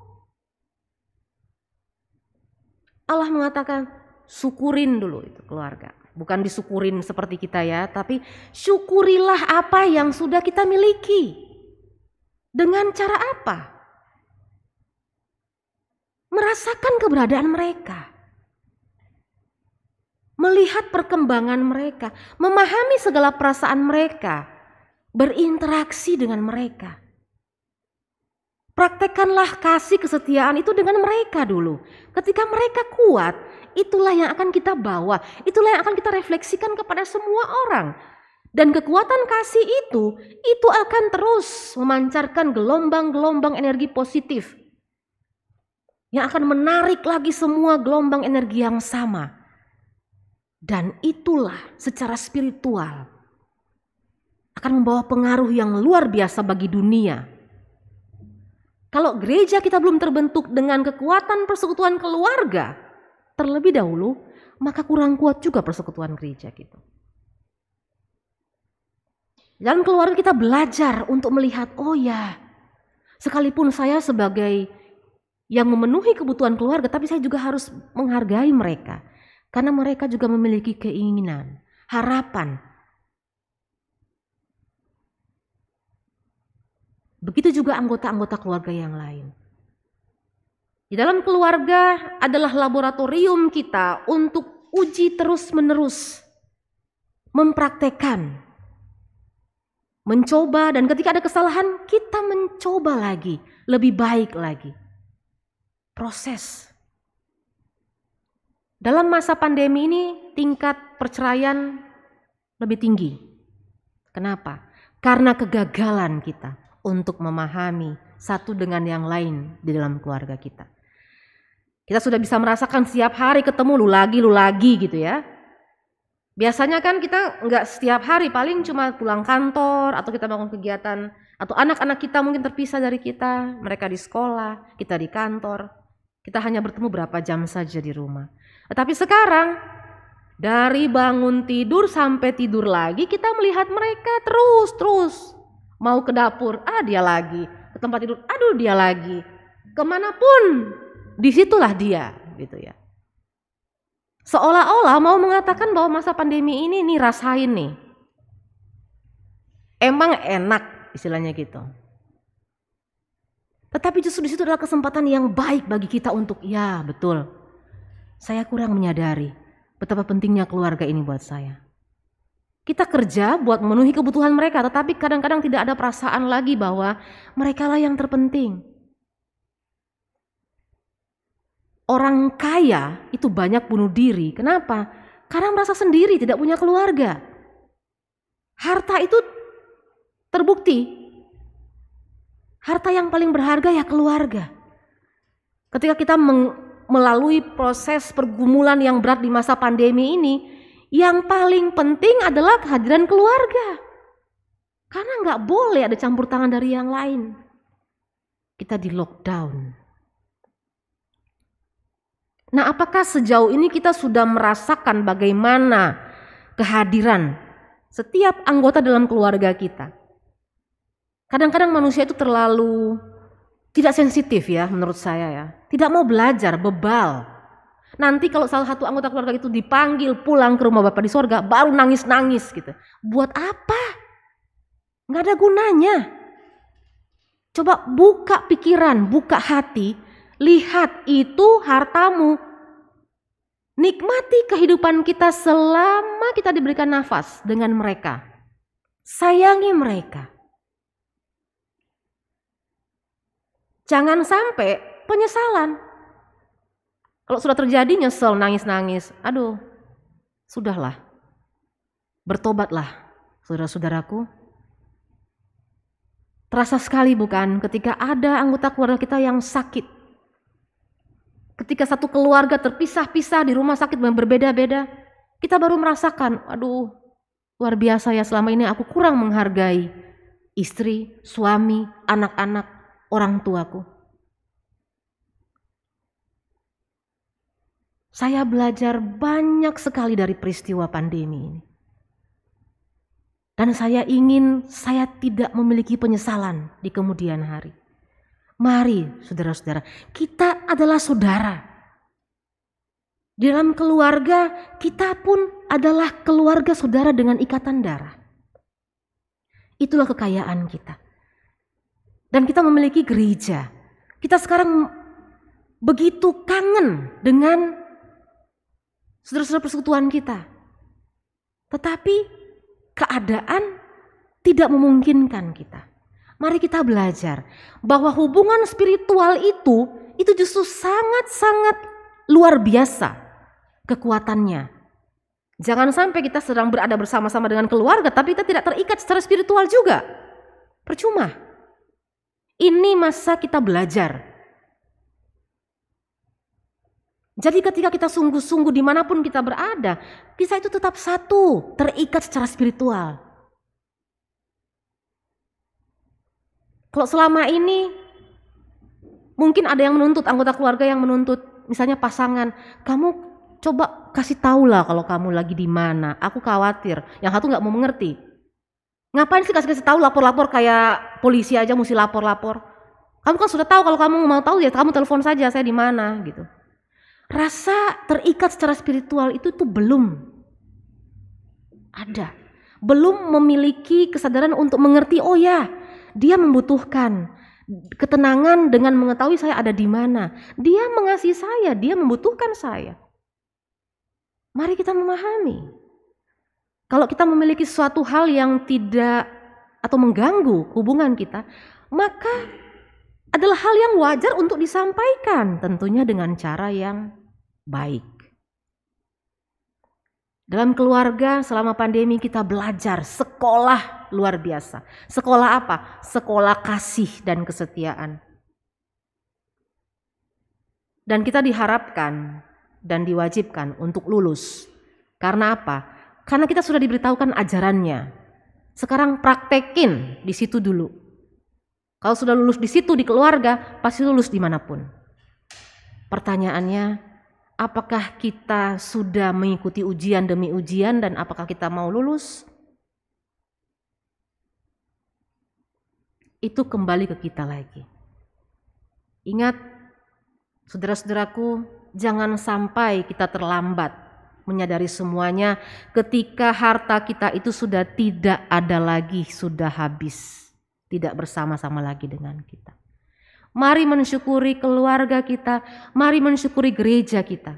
Allah mengatakan, syukurin dulu itu keluarga. Bukan disyukurin seperti kita ya, tapi syukurilah apa yang sudah kita miliki. Dengan cara apa? Merasakan keberadaan mereka. Melihat perkembangan mereka, memahami segala perasaan mereka, berinteraksi dengan mereka. Praktekkanlah kasih kesetiaan itu dengan mereka dulu. Ketika mereka kuat, itulah yang akan kita bawa, itulah yang akan kita refleksikan kepada semua orang. Dan kekuatan kasih itu, itu akan terus memancarkan gelombang-gelombang energi positif. Yang akan menarik lagi semua gelombang energi yang sama. Dan itulah secara spiritual akan membawa pengaruh yang luar biasa bagi dunia. Kalau gereja kita belum terbentuk dengan kekuatan persekutuan keluarga terlebih dahulu, maka kurang kuat juga persekutuan gereja kita. Dalam keluarga kita belajar untuk melihat, oh ya, sekalipun saya sebagai yang memenuhi kebutuhan keluarga, tapi saya juga harus menghargai mereka. Karena mereka juga memiliki keinginan, harapan. Begitu juga anggota-anggota keluarga yang lain. Di dalam keluarga adalah laboratorium kita untuk uji terus-menerus, mempraktekkan, mencoba, dan ketika ada kesalahan kita mencoba lagi, lebih baik lagi. Proses. Dalam masa pandemi ini tingkat perceraian lebih tinggi. Kenapa? Karena kegagalan kita untuk memahami satu dengan yang lain di dalam keluarga kita. Kita sudah bisa merasakan setiap hari ketemu lu lagi, lu lagi gitu ya. Biasanya kan kita nggak setiap hari, paling cuma pulang kantor atau kita bangun kegiatan, atau anak-anak kita mungkin terpisah dari kita, mereka di sekolah, kita di kantor. Kita hanya bertemu berapa jam saja di rumah. Tetapi sekarang dari bangun tidur sampai tidur lagi kita melihat mereka terus-terus. Mau ke dapur, ah dia lagi. Ke tempat tidur, aduh dia lagi. Kemanapun, disitulah dia, gitu ya. Seolah-olah mau mengatakan bahwa masa pandemi ini nih rasain nih. Emang enak istilahnya gitu. Tetapi justru di situ adalah kesempatan yang baik bagi kita untuk, ya betul, saya kurang menyadari betapa pentingnya keluarga ini buat saya. Kita kerja buat memenuhi kebutuhan mereka, tetapi kadang-kadang tidak ada perasaan lagi bahwa mereka lah yang terpenting. Orang kaya itu banyak bunuh diri. Kenapa? Karena merasa sendiri, tidak punya keluarga. Harta itu terbukti. Harta yang paling berharga ya keluarga. Ketika kita meng- melalui proses pergumulan yang berat di masa pandemi ini, yang paling penting adalah kehadiran keluarga. Karena nggak boleh ada campur tangan dari yang lain. Kita di lockdown. Nah, apakah sejauh ini kita sudah merasakan bagaimana kehadiran setiap anggota dalam keluarga kita? Kadang-kadang manusia itu terlalu tidak sensitif ya menurut saya ya. Tidak mau belajar, bebal. Nanti kalau salah satu anggota keluarga itu dipanggil pulang ke rumah Bapa di sorga, baru nangis-nangis gitu. Buat apa? Nggak ada gunanya. Coba buka pikiran, buka hati, lihat itu hartamu. Nikmati kehidupan kita selama kita diberikan nafas dengan mereka. Sayangi mereka. Jangan sampai penyesalan. Kalau sudah terjadi nyesel, nangis-nangis, aduh, sudahlah. Bertobatlah, saudara-saudaraku. Terasa sekali bukan ketika ada anggota keluarga kita yang sakit. Ketika satu keluarga terpisah-pisah di rumah sakit yang berbeda-beda, kita baru merasakan, aduh, luar biasa ya selama ini aku kurang menghargai istri, suami, anak-anak, orang tuaku. Saya belajar banyak sekali dari peristiwa pandemi ini. Dan saya ingin saya tidak memiliki penyesalan di kemudian hari. Mari saudara-saudara, kita adalah saudara. Di dalam keluarga, kita pun adalah keluarga saudara dengan ikatan darah. Itulah kekayaan kita. Dan kita memiliki gereja. Kita sekarang begitu kangen dengan saudara-saudara persekutuan kita. Tetapi keadaan tidak memungkinkan kita. Mari kita belajar bahwa hubungan spiritual itu itu justru sangat-sangat luar biasa kekuatannya. Jangan sampai kita sedang berada bersama-sama dengan keluarga tapi kita tidak terikat secara spiritual juga. Percuma. Ini masa kita belajar. Jadi ketika kita sungguh-sungguh dimanapun kita berada, kita itu tetap satu, terikat secara spiritual. Kalau selama ini mungkin ada yang menuntut, anggota keluarga yang menuntut, misalnya pasangan, kamu coba kasih tahulah kalau kamu lagi di mana. Aku khawatir. Yang satu nggak mau mengerti. Ngapain sih kasih-kasih tahu, lapor-lapor kayak polisi aja mesti lapor-lapor. Kamu kan sudah tahu, kalau kamu mau tahu ya kamu telepon saja saya di mana gitu. Rasa terikat secara spiritual itu tuh belum ada. Belum memiliki kesadaran untuk mengerti, oh ya, dia membutuhkan ketenangan dengan mengetahui saya ada di mana. Dia mengasihi saya, dia membutuhkan saya. Mari kita memahami. Kalau kita memiliki suatu hal yang tidak atau mengganggu hubungan kita, maka adalah hal yang wajar untuk disampaikan, tentunya dengan cara yang baik. Dalam keluarga selama pandemi kita belajar sekolah luar biasa. Sekolah apa? Sekolah kasih dan kesetiaan. Dan kita diharapkan dan diwajibkan untuk lulus. Karena apa? Karena kita sudah diberitahukan ajarannya. Sekarang praktekin di situ dulu. Kalau sudah lulus di situ di keluarga, pasti lulus dimanapun. Pertanyaannya, apakah kita sudah mengikuti ujian demi ujian dan apakah kita mau lulus? Itu kembali ke kita lagi. Ingat, saudara-saudaraku, jangan sampai kita terlambat menyadari semuanya ketika harta kita itu sudah tidak ada lagi, sudah habis. Tidak bersama-sama lagi dengan kita. Mari mensyukuri keluarga kita, mari mensyukuri gereja kita.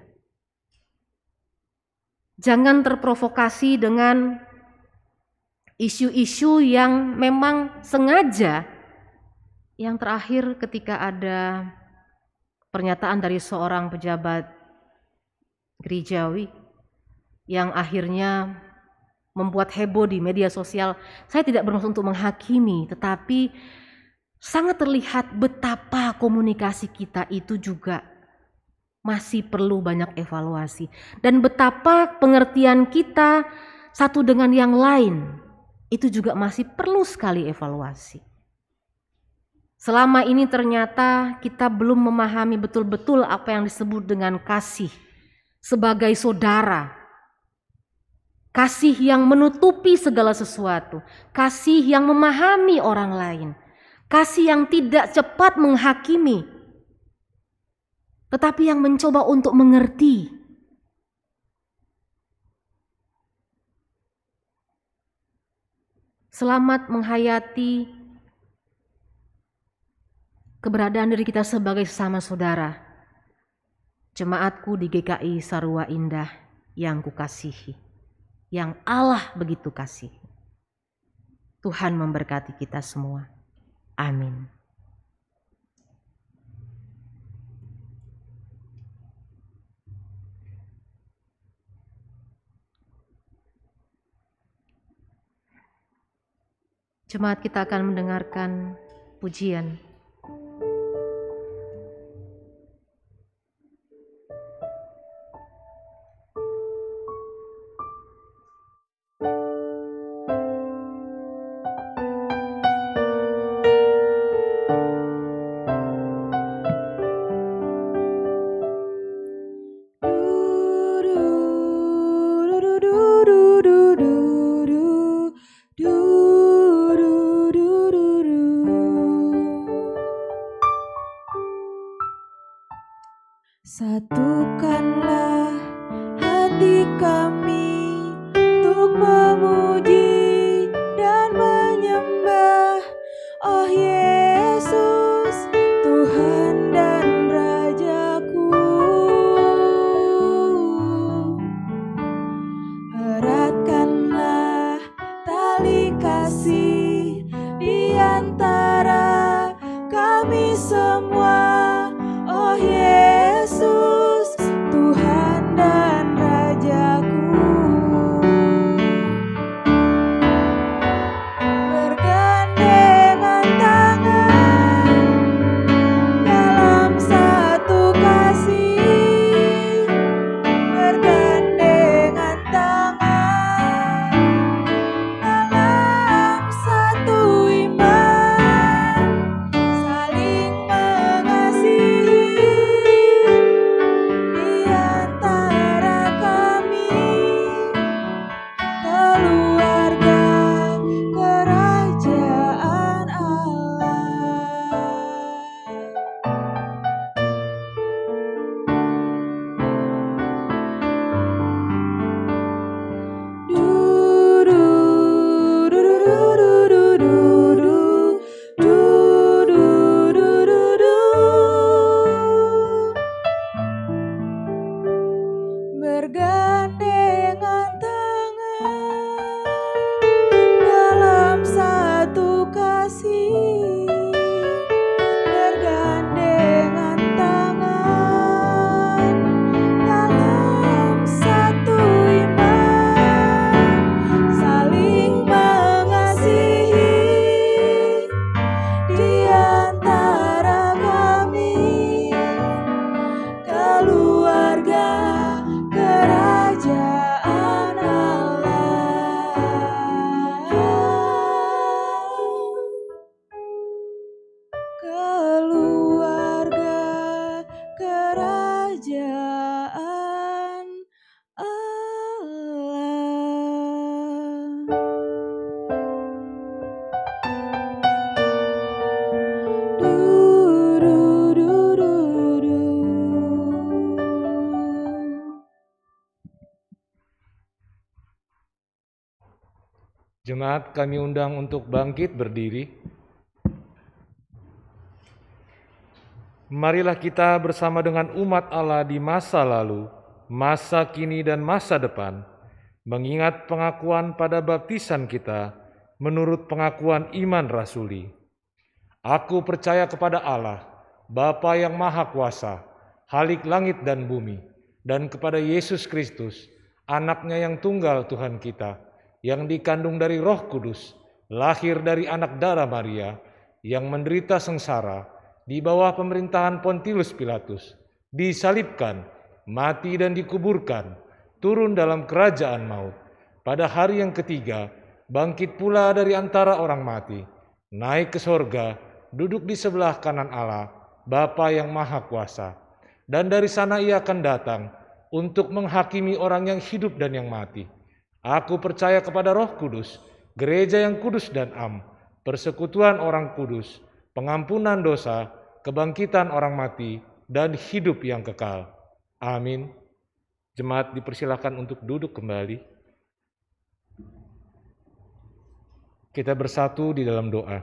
Jangan terprovokasi dengan isu-isu yang memang sengaja. Yang terakhir ketika ada pernyataan dari seorang pejabat gerejawi yang akhirnya membuat heboh di media sosial. Saya tidak bermaksud untuk menghakimi, tetapi sangat terlihat betapa komunikasi kita itu juga masih perlu banyak evaluasi. Dan betapa pengertian kita satu dengan yang lain itu juga masih perlu sekali evaluasi. Selama ini ternyata kita belum memahami betul-betul apa yang disebut dengan kasih sebagai saudara. Kasih yang menutupi segala sesuatu, kasih yang memahami orang lain. Kasih yang tidak cepat menghakimi, tetapi yang mencoba untuk mengerti. Selamat menghayati keberadaan diri kita sebagai sesama saudara. Jemaatku di G K I Sarua Indah yang kukasihi, yang Allah begitu kasih. Tuhan memberkati kita semua. Amin. Jemaat, kita akan mendengarkan pujian. Satukanlah hati kami untuk memuji dan menyembah, oh Yesus, Tuhan dan Rajaku. Eratkanlah tali kasih di antara kami semua, oh Yesus, Tuhan dan Rajaku. Bergandengan tangan dalam satu kasih, bergandengan tangan dalam satu iman, saling mengasihi di antara kami, keluarga kerajaan Allah. Du du du du du du du du du du du du. Bergandengan tangan dalam satu kasih, bergandengan tangan dalam satu iman, saling mengasihi di antara kami, keluarga kerajaan Allah. Keluarga kerajaan Allah. Du du du du du. Jemaat, kami undang untuk bangkit berdiri. Marilah kita bersama dengan umat Allah di masa lalu, masa kini dan masa depan, mengingat pengakuan pada baptisan kita menurut pengakuan iman rasuli. Aku percaya kepada Allah, Bapa yang Maha Kuasa, Khalik langit dan bumi, dan kepada Yesus Kristus, Anaknya yang tunggal Tuhan kita, yang dikandung dari Roh Kudus, lahir dari anak darah Maria, yang menderita sengsara di bawah pemerintahan Pontius Pilatus, disalibkan, mati dan dikuburkan, turun dalam kerajaan maut. Pada hari yang ketiga, bangkit pula dari antara orang mati, naik ke sorga, duduk di sebelah kanan Allah, Bapa yang Maha Kuasa. Dan dari sana ia akan datang untuk menghakimi orang yang hidup dan yang mati. Aku percaya kepada Roh Kudus, gereja yang kudus dan am, persekutuan orang kudus, pengampunan dosa, kebangkitan orang mati, dan hidup yang kekal. Amin. Jemaat dipersilakan untuk duduk kembali. Kita bersatu di dalam doa.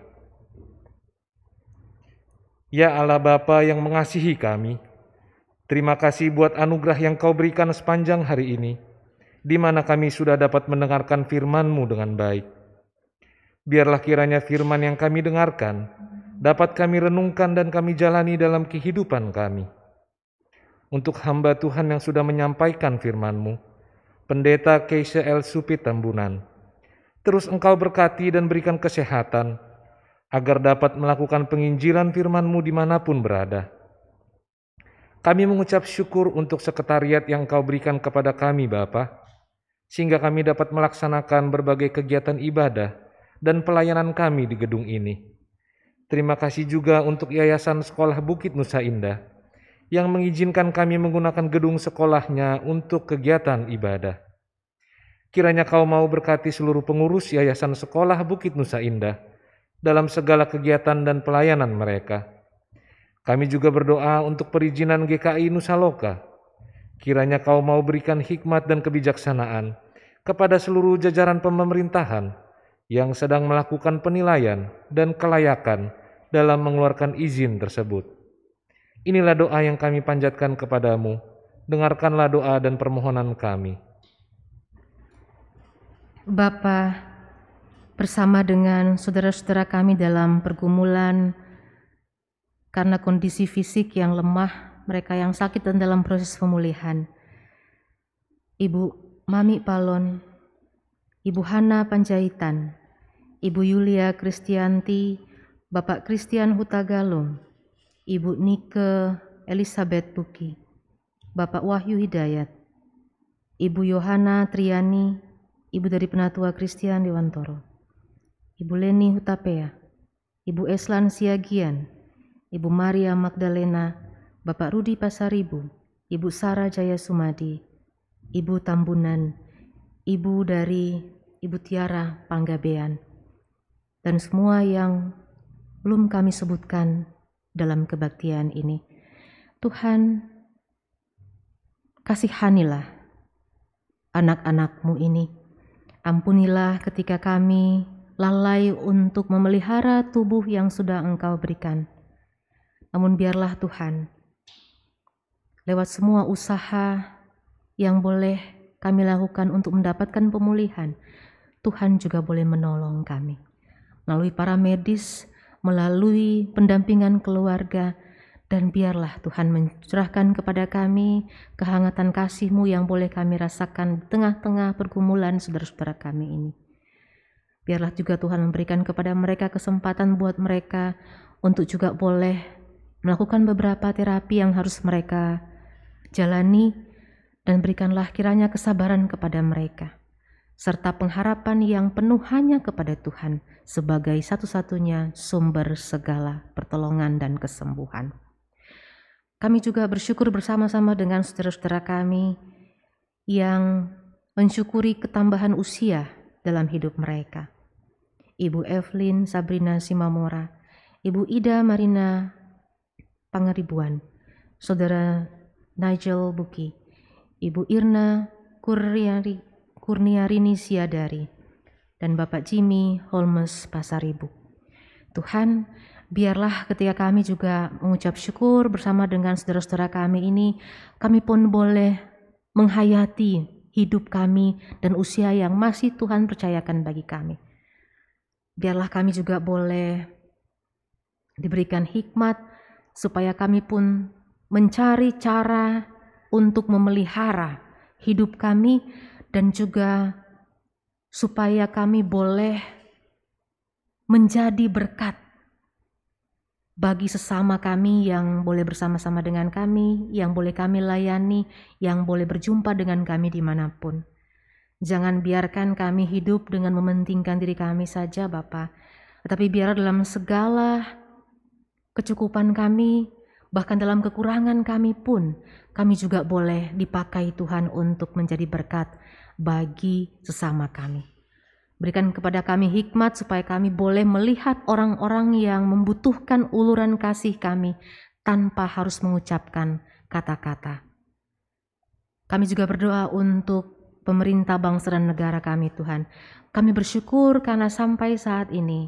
Ya Allah Bapa yang mengasihi kami, terima kasih buat anugerah yang Kau berikan sepanjang hari ini, di mana kami sudah dapat mendengarkan firman-Mu dengan baik. Biarlah kiranya firman yang kami dengarkan dapat kami renungkan dan kami jalani dalam kehidupan kami. Untuk hamba Tuhan yang sudah menyampaikan firman-Mu, Pendeta Keisha L. Supit Tambunan, terus Engkau berkati dan berikan kesehatan, agar dapat melakukan penginjilan firman-Mu dimanapun berada. Kami mengucap syukur untuk sekretariat yang Engkau berikan kepada kami Bapa, sehingga kami dapat melaksanakan berbagai kegiatan ibadah dan pelayanan kami di gedung ini. Terima kasih juga untuk Yayasan Sekolah Bukit Nusa Indah, yang mengizinkan kami menggunakan gedung sekolahnya untuk kegiatan ibadah. Kiranya Kau mau berkati seluruh pengurus Yayasan Sekolah Bukit Nusa Indah dalam segala kegiatan dan pelayanan mereka. Kami juga berdoa untuk perizinan G K I Nusa Loka. Kiranya Kau mau berikan hikmat dan kebijaksanaan kepada seluruh jajaran pemerintahan yang sedang melakukan penilaian dan kelayakan dalam mengeluarkan izin tersebut. Inilah doa yang kami panjatkan kepadamu. Dengarkanlah doa dan permohonan kami. Bapa, bersama dengan saudara-saudara kami dalam pergumulan karena kondisi fisik yang lemah, mereka yang sakit dan dalam proses pemulihan. Ibu Mami Palon, Ibu Hana Panjaitan, Ibu Yulia Kristianti, Bapak Christian Hutagalung, Ibu Nike Elizabeth Buki, Bapak Wahyu Hidayat, Ibu Yohana Triani, Ibu dari Penatua Christian Dewantoro, Ibu Leni Hutapea, Ibu Eslan Siagian, Ibu Maria Magdalena, Bapak Rudi Pasaribu, Ibu Sarah Jaya Sumadi, Ibu Tambunan, Ibu dari Ibu Tiara Panggabean, dan semua yang belum kami sebutkan dalam kebaktian ini. Tuhan, kasihanilah anak-anak-Mu ini. Ampunilah ketika kami lalai untuk memelihara tubuh yang sudah Engkau berikan. Namun biarlah Tuhan, lewat semua usaha yang boleh kami lakukan untuk mendapatkan pemulihan, Tuhan juga boleh menolong kami. Melalui para medis, melalui pendampingan keluarga, dan biarlah Tuhan mencurahkan kepada kami kehangatan kasih-Mu yang boleh kami rasakan di tengah-tengah pergumulan saudara-saudara kami ini. Biarlah juga Tuhan memberikan kepada mereka kesempatan buat mereka untuk juga boleh melakukan beberapa terapi yang harus mereka jalani, dan berikanlah kiranya kesabaran kepada mereka, serta pengharapan yang penuh hanya kepada Tuhan sebagai satu-satunya sumber segala pertolongan dan kesembuhan. Kami juga bersyukur bersama-sama dengan saudara-saudara kami yang mensyukuri ketambahan usia dalam hidup mereka. Ibu Evelyn Sabrina Simamora, Ibu Ida Marina Pangaribuan, Saudara Nigel Buki, Ibu Irna Kurniari, Kurniarini Siadari, dan Bapak Jimmy Holmes Pasaribu. Tuhan, biarlah ketika kami juga mengucap syukur bersama dengan saudara-saudara kami ini, kami pun boleh menghayati hidup kami dan usia yang masih Tuhan percayakan bagi kami. Biarlah kami juga boleh diberikan hikmat supaya kami pun mencari cara untuk memelihara hidup kami, dan juga supaya kami boleh menjadi berkat bagi sesama kami yang boleh bersama-sama dengan kami, yang boleh kami layani, yang boleh berjumpa dengan kami dimanapun. Jangan biarkan kami hidup dengan mementingkan diri kami saja, Bapa, tetapi biar dalam segala kecukupan kami, bahkan dalam kekurangan kami pun, kami juga boleh dipakai Tuhan untuk menjadi berkat bagi sesama kami. Berikan kepada kami hikmat supaya kami boleh melihat orang-orang yang membutuhkan uluran kasih kami tanpa harus mengucapkan kata-kata. Kami juga berdoa untuk pemerintah bangsa dan negara kami, Tuhan. Kami bersyukur karena sampai saat ini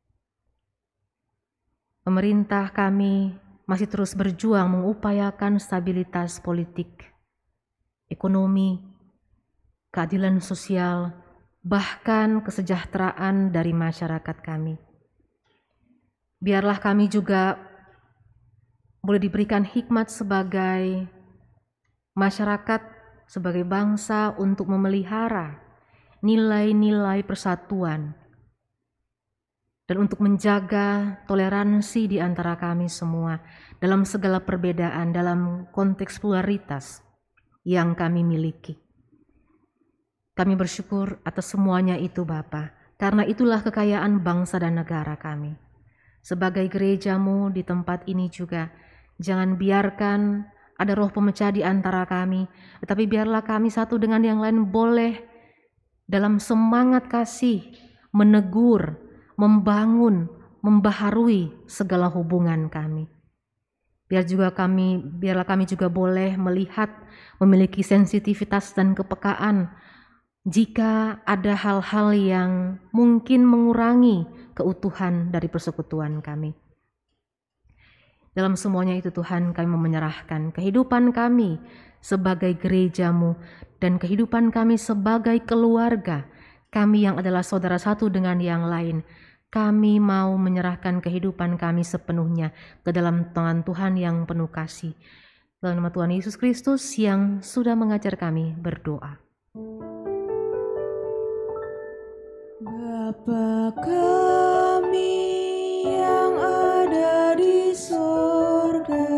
pemerintah kami masih terus berjuang mengupayakan stabilitas politik, ekonomi, keadilan sosial, bahkan kesejahteraan dari masyarakat kami. Biarlah kami juga boleh diberikan hikmat sebagai masyarakat, sebagai bangsa untuk memelihara nilai-nilai persatuan dan untuk menjaga toleransi di antara kami semua dalam segala perbedaan, dalam konteks pluralitas yang kami miliki. Kami bersyukur atas semuanya itu Bapa, karena itulah kekayaan bangsa dan negara kami. Sebagai gereja-Mu di tempat ini juga, jangan biarkan ada roh pemecah di antara kami, tetapi biarlah kami satu dengan yang lain boleh dalam semangat kasih menegur, membangun, membaharui segala hubungan kami. Biar juga kami, biarlah kami juga boleh melihat, memiliki sensitivitas dan kepekaan jika ada hal-hal yang mungkin mengurangi keutuhan dari persekutuan kami. Dalam semuanya itu Tuhan, kami menyerahkan kehidupan kami sebagai gereja-Mu dan kehidupan kami sebagai keluarga, kami yang adalah saudara satu dengan yang lain. Kami mau menyerahkan kehidupan kami sepenuhnya ke dalam tangan Tuhan yang penuh kasih. Dalam nama Tuhan Yesus Kristus yang sudah mengajar kami berdoa. Bapa kami yang ada di sorga,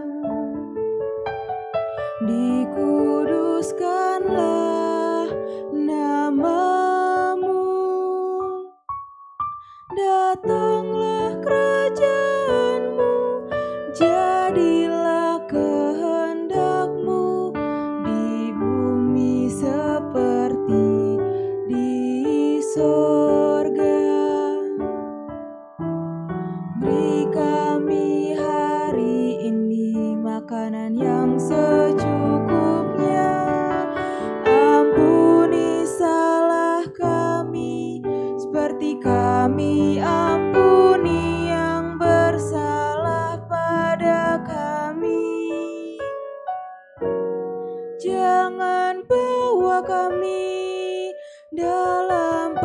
dikuduskanlah nama-Mu, datanglah kerajaan-Mu, jadilah kehendak-Mu di bumi seperti di sorga. Beri kami hari ini makanan yang secukupnya. Ampuni salah kami seperti kami ampuni yang bersalah pada kami. Jangan bawa kami dalam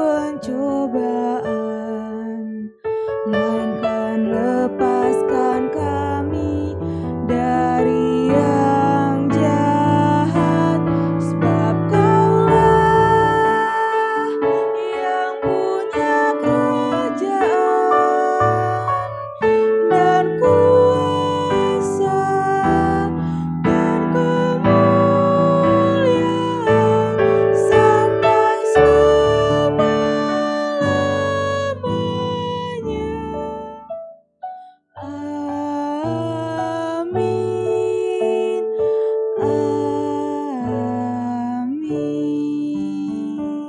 pencobaan, melainkan lepaskan kami dari yang jahat, sebab Kaulah yang punya kerajaan dan kuasa dan kemuliaan sampai selama-lamanya. Amin. Amin.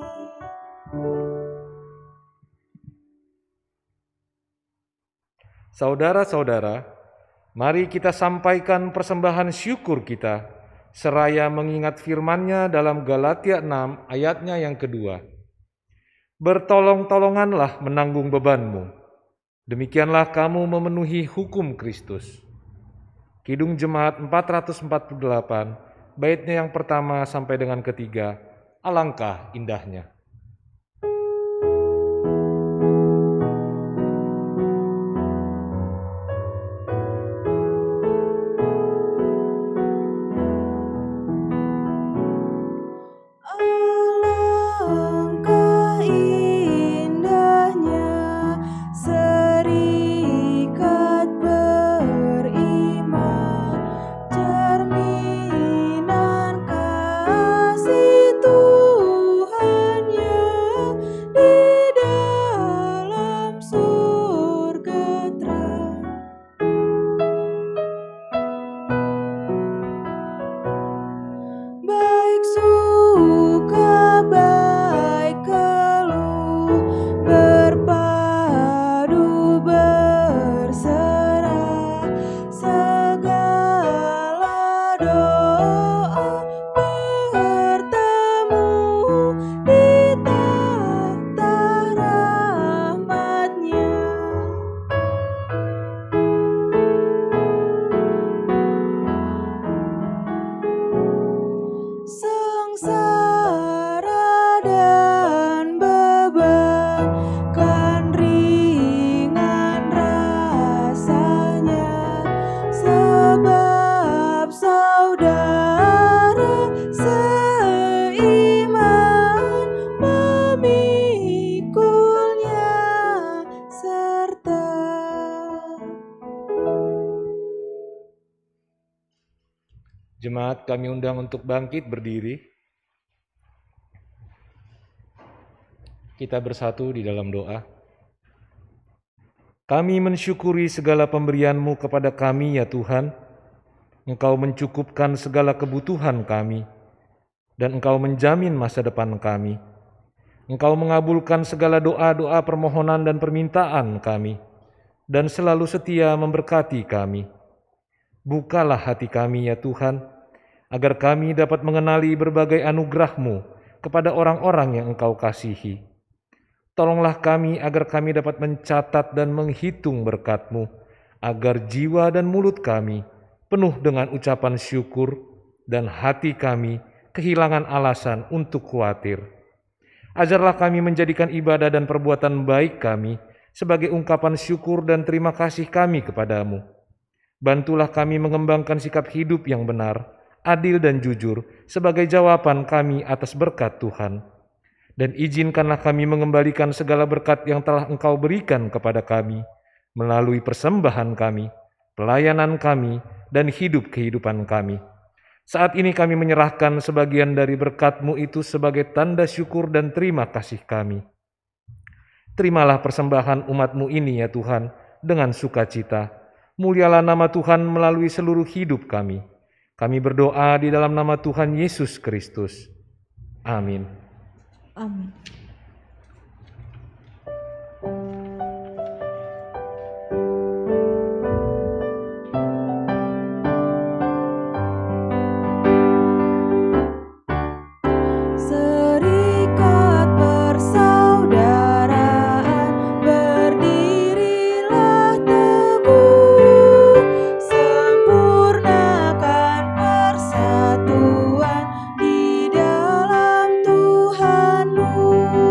Saudara-saudara, mari kita sampaikan persembahan syukur kita, seraya mengingat firman-Nya dalam Galatia enam ayatnya yang kedua. Bertolong-tolonganlah menanggung bebanmu, demikianlah kamu memenuhi hukum Kristus. Kidung Jemaat empat ratus empat puluh delapan, baitnya yang pertama sampai dengan ketiga, alangkah indahnya. Alangkah indahnya serikat beriman, cerminan kasih Tuhan Jemaat kami undang untuk bangkit berdiri. Kita bersatu di dalam doa. Kami mensyukuri segala pemberian-Mu kepada kami ya Tuhan. Engkau mencukupkan segala kebutuhan kami, dan Engkau menjamin masa depan kami. Engkau mengabulkan segala doa-doa permohonan dan permintaan kami, dan selalu setia memberkati kami. Bukalah hati kami ya Tuhan, agar kami dapat mengenali berbagai anugerah-Mu kepada orang-orang yang Engkau kasihi. Tolonglah kami agar kami dapat mencatat dan menghitung berkat-Mu, agar jiwa dan mulut kami penuh dengan ucapan syukur dan hati kami kehilangan alasan untuk khawatir. Ajarlah kami menjadikan ibadah dan perbuatan baik kami sebagai ungkapan syukur dan terima kasih kami kepadamu. Bantulah kami mengembangkan sikap hidup yang benar, adil dan jujur sebagai jawaban kami atas berkat Tuhan. Dan izinkanlah kami mengembalikan segala berkat yang telah Engkau berikan kepada kami melalui persembahan kami, pelayanan kami, dan hidup kehidupan kami. Saat ini kami menyerahkan sebagian dari berkat-Mu itu sebagai tanda syukur dan terima kasih kami. Terimalah persembahan umat-Mu ini ya Tuhan dengan sukacita. Mulialah nama Tuhan melalui seluruh hidup kami. Kami berdoa di dalam nama Tuhan Yesus Kristus. Amin. Amin. Serikat persaudaraan berdirilah teguh, sempurnakan persatuan di dalam Tuhan-Mu.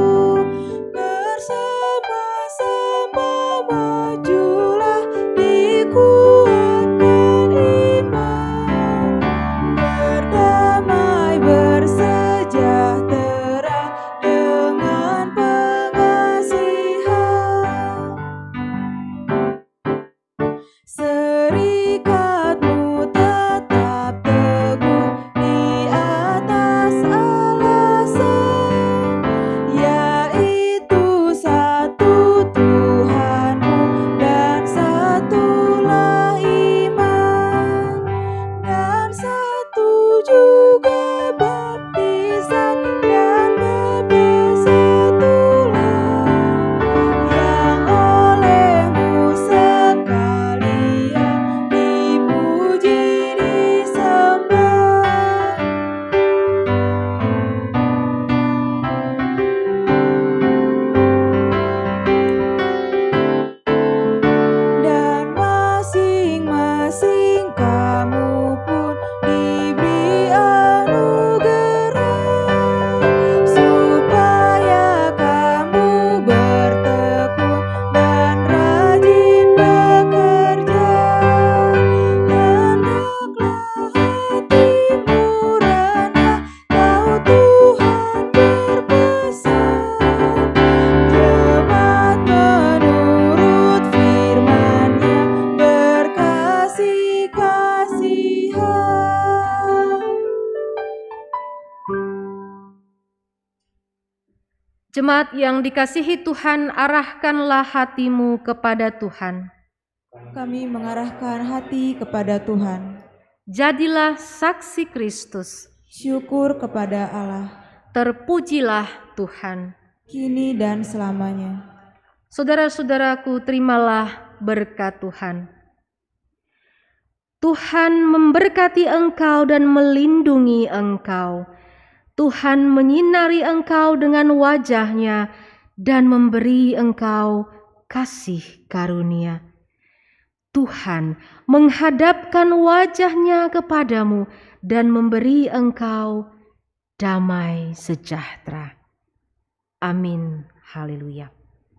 Bersama-sama majulah, dikuatkan iman, berdamai bersejahtera dengan pengasihan. Serikatmu tetap teguh di atas alasan, yaitu satu Tuhanmu dan satulah iman, dan satu juga baptisan, dan baptisan satulah yang olehmu sekalian dipuji disembah. Dan masing-masing kamu pun diberi anugerah, supaya kamu bertekun dan rajin bekerja. Hendaklah hatimu rendah, tahu Tuhan berpesan. Jemaat menurut firman-Nya berkasih-kasihan. Jemaat yang dikasihi Tuhan, arahkanlah hatimu kepada Tuhan. Kami mengarahkan hati kepada Tuhan. Jadilah saksi Kristus. Syukur kepada Allah, Terpujilah Tuhan. kini dan selamanya. Saudara-saudaraku, terimalah berkat Tuhan. Tuhan memberkati engkau dan melindungi engkau. Tuhan menyinari engkau dengan wajah-Nya dan memberi engkau kasih karunia. Tuhan menghadapkan wajah-Nya kepadamu dan memberi engkau damai sejahtera. Amin. Haleluya.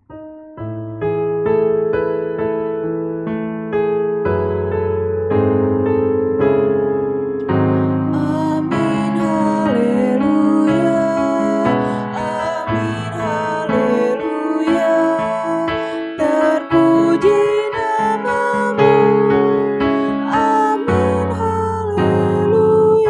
Amin, haleluya. Amin, haleluya. Terpuji namamu. Amin, haleluya.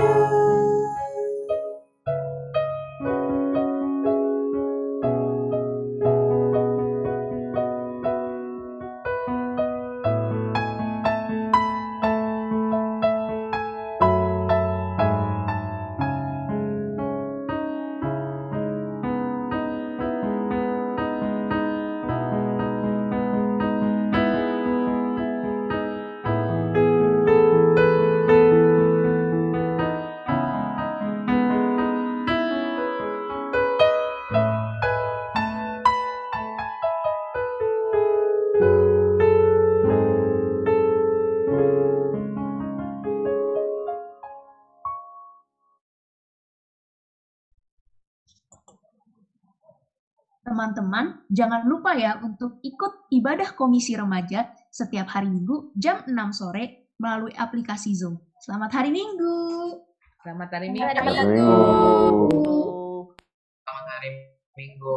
Teman-teman, jangan lupa ya untuk ikut ibadah komisi remaja setiap hari Minggu jam enam sore melalui aplikasi Zoom. Selamat hari Minggu. Selamat hari Selamat Minggu. hari Minggu. Selamat hari Minggu.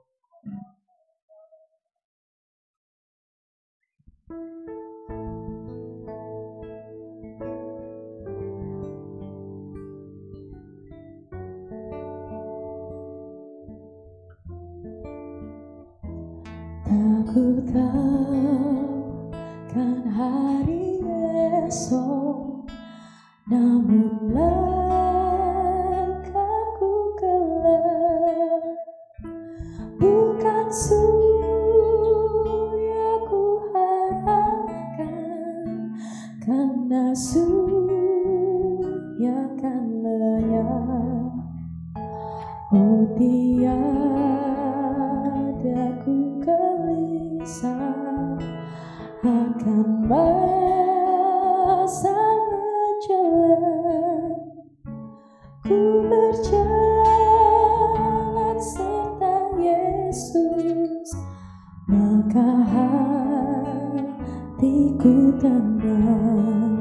Aku tahu kan hari esok, namun langkahku kelak bukan surya ku harapkan, karena surya kan lenyap. Oh tiada ku gelisah akan masa menjelang, ku berjalan serta Yesus, maka hatiku tenang.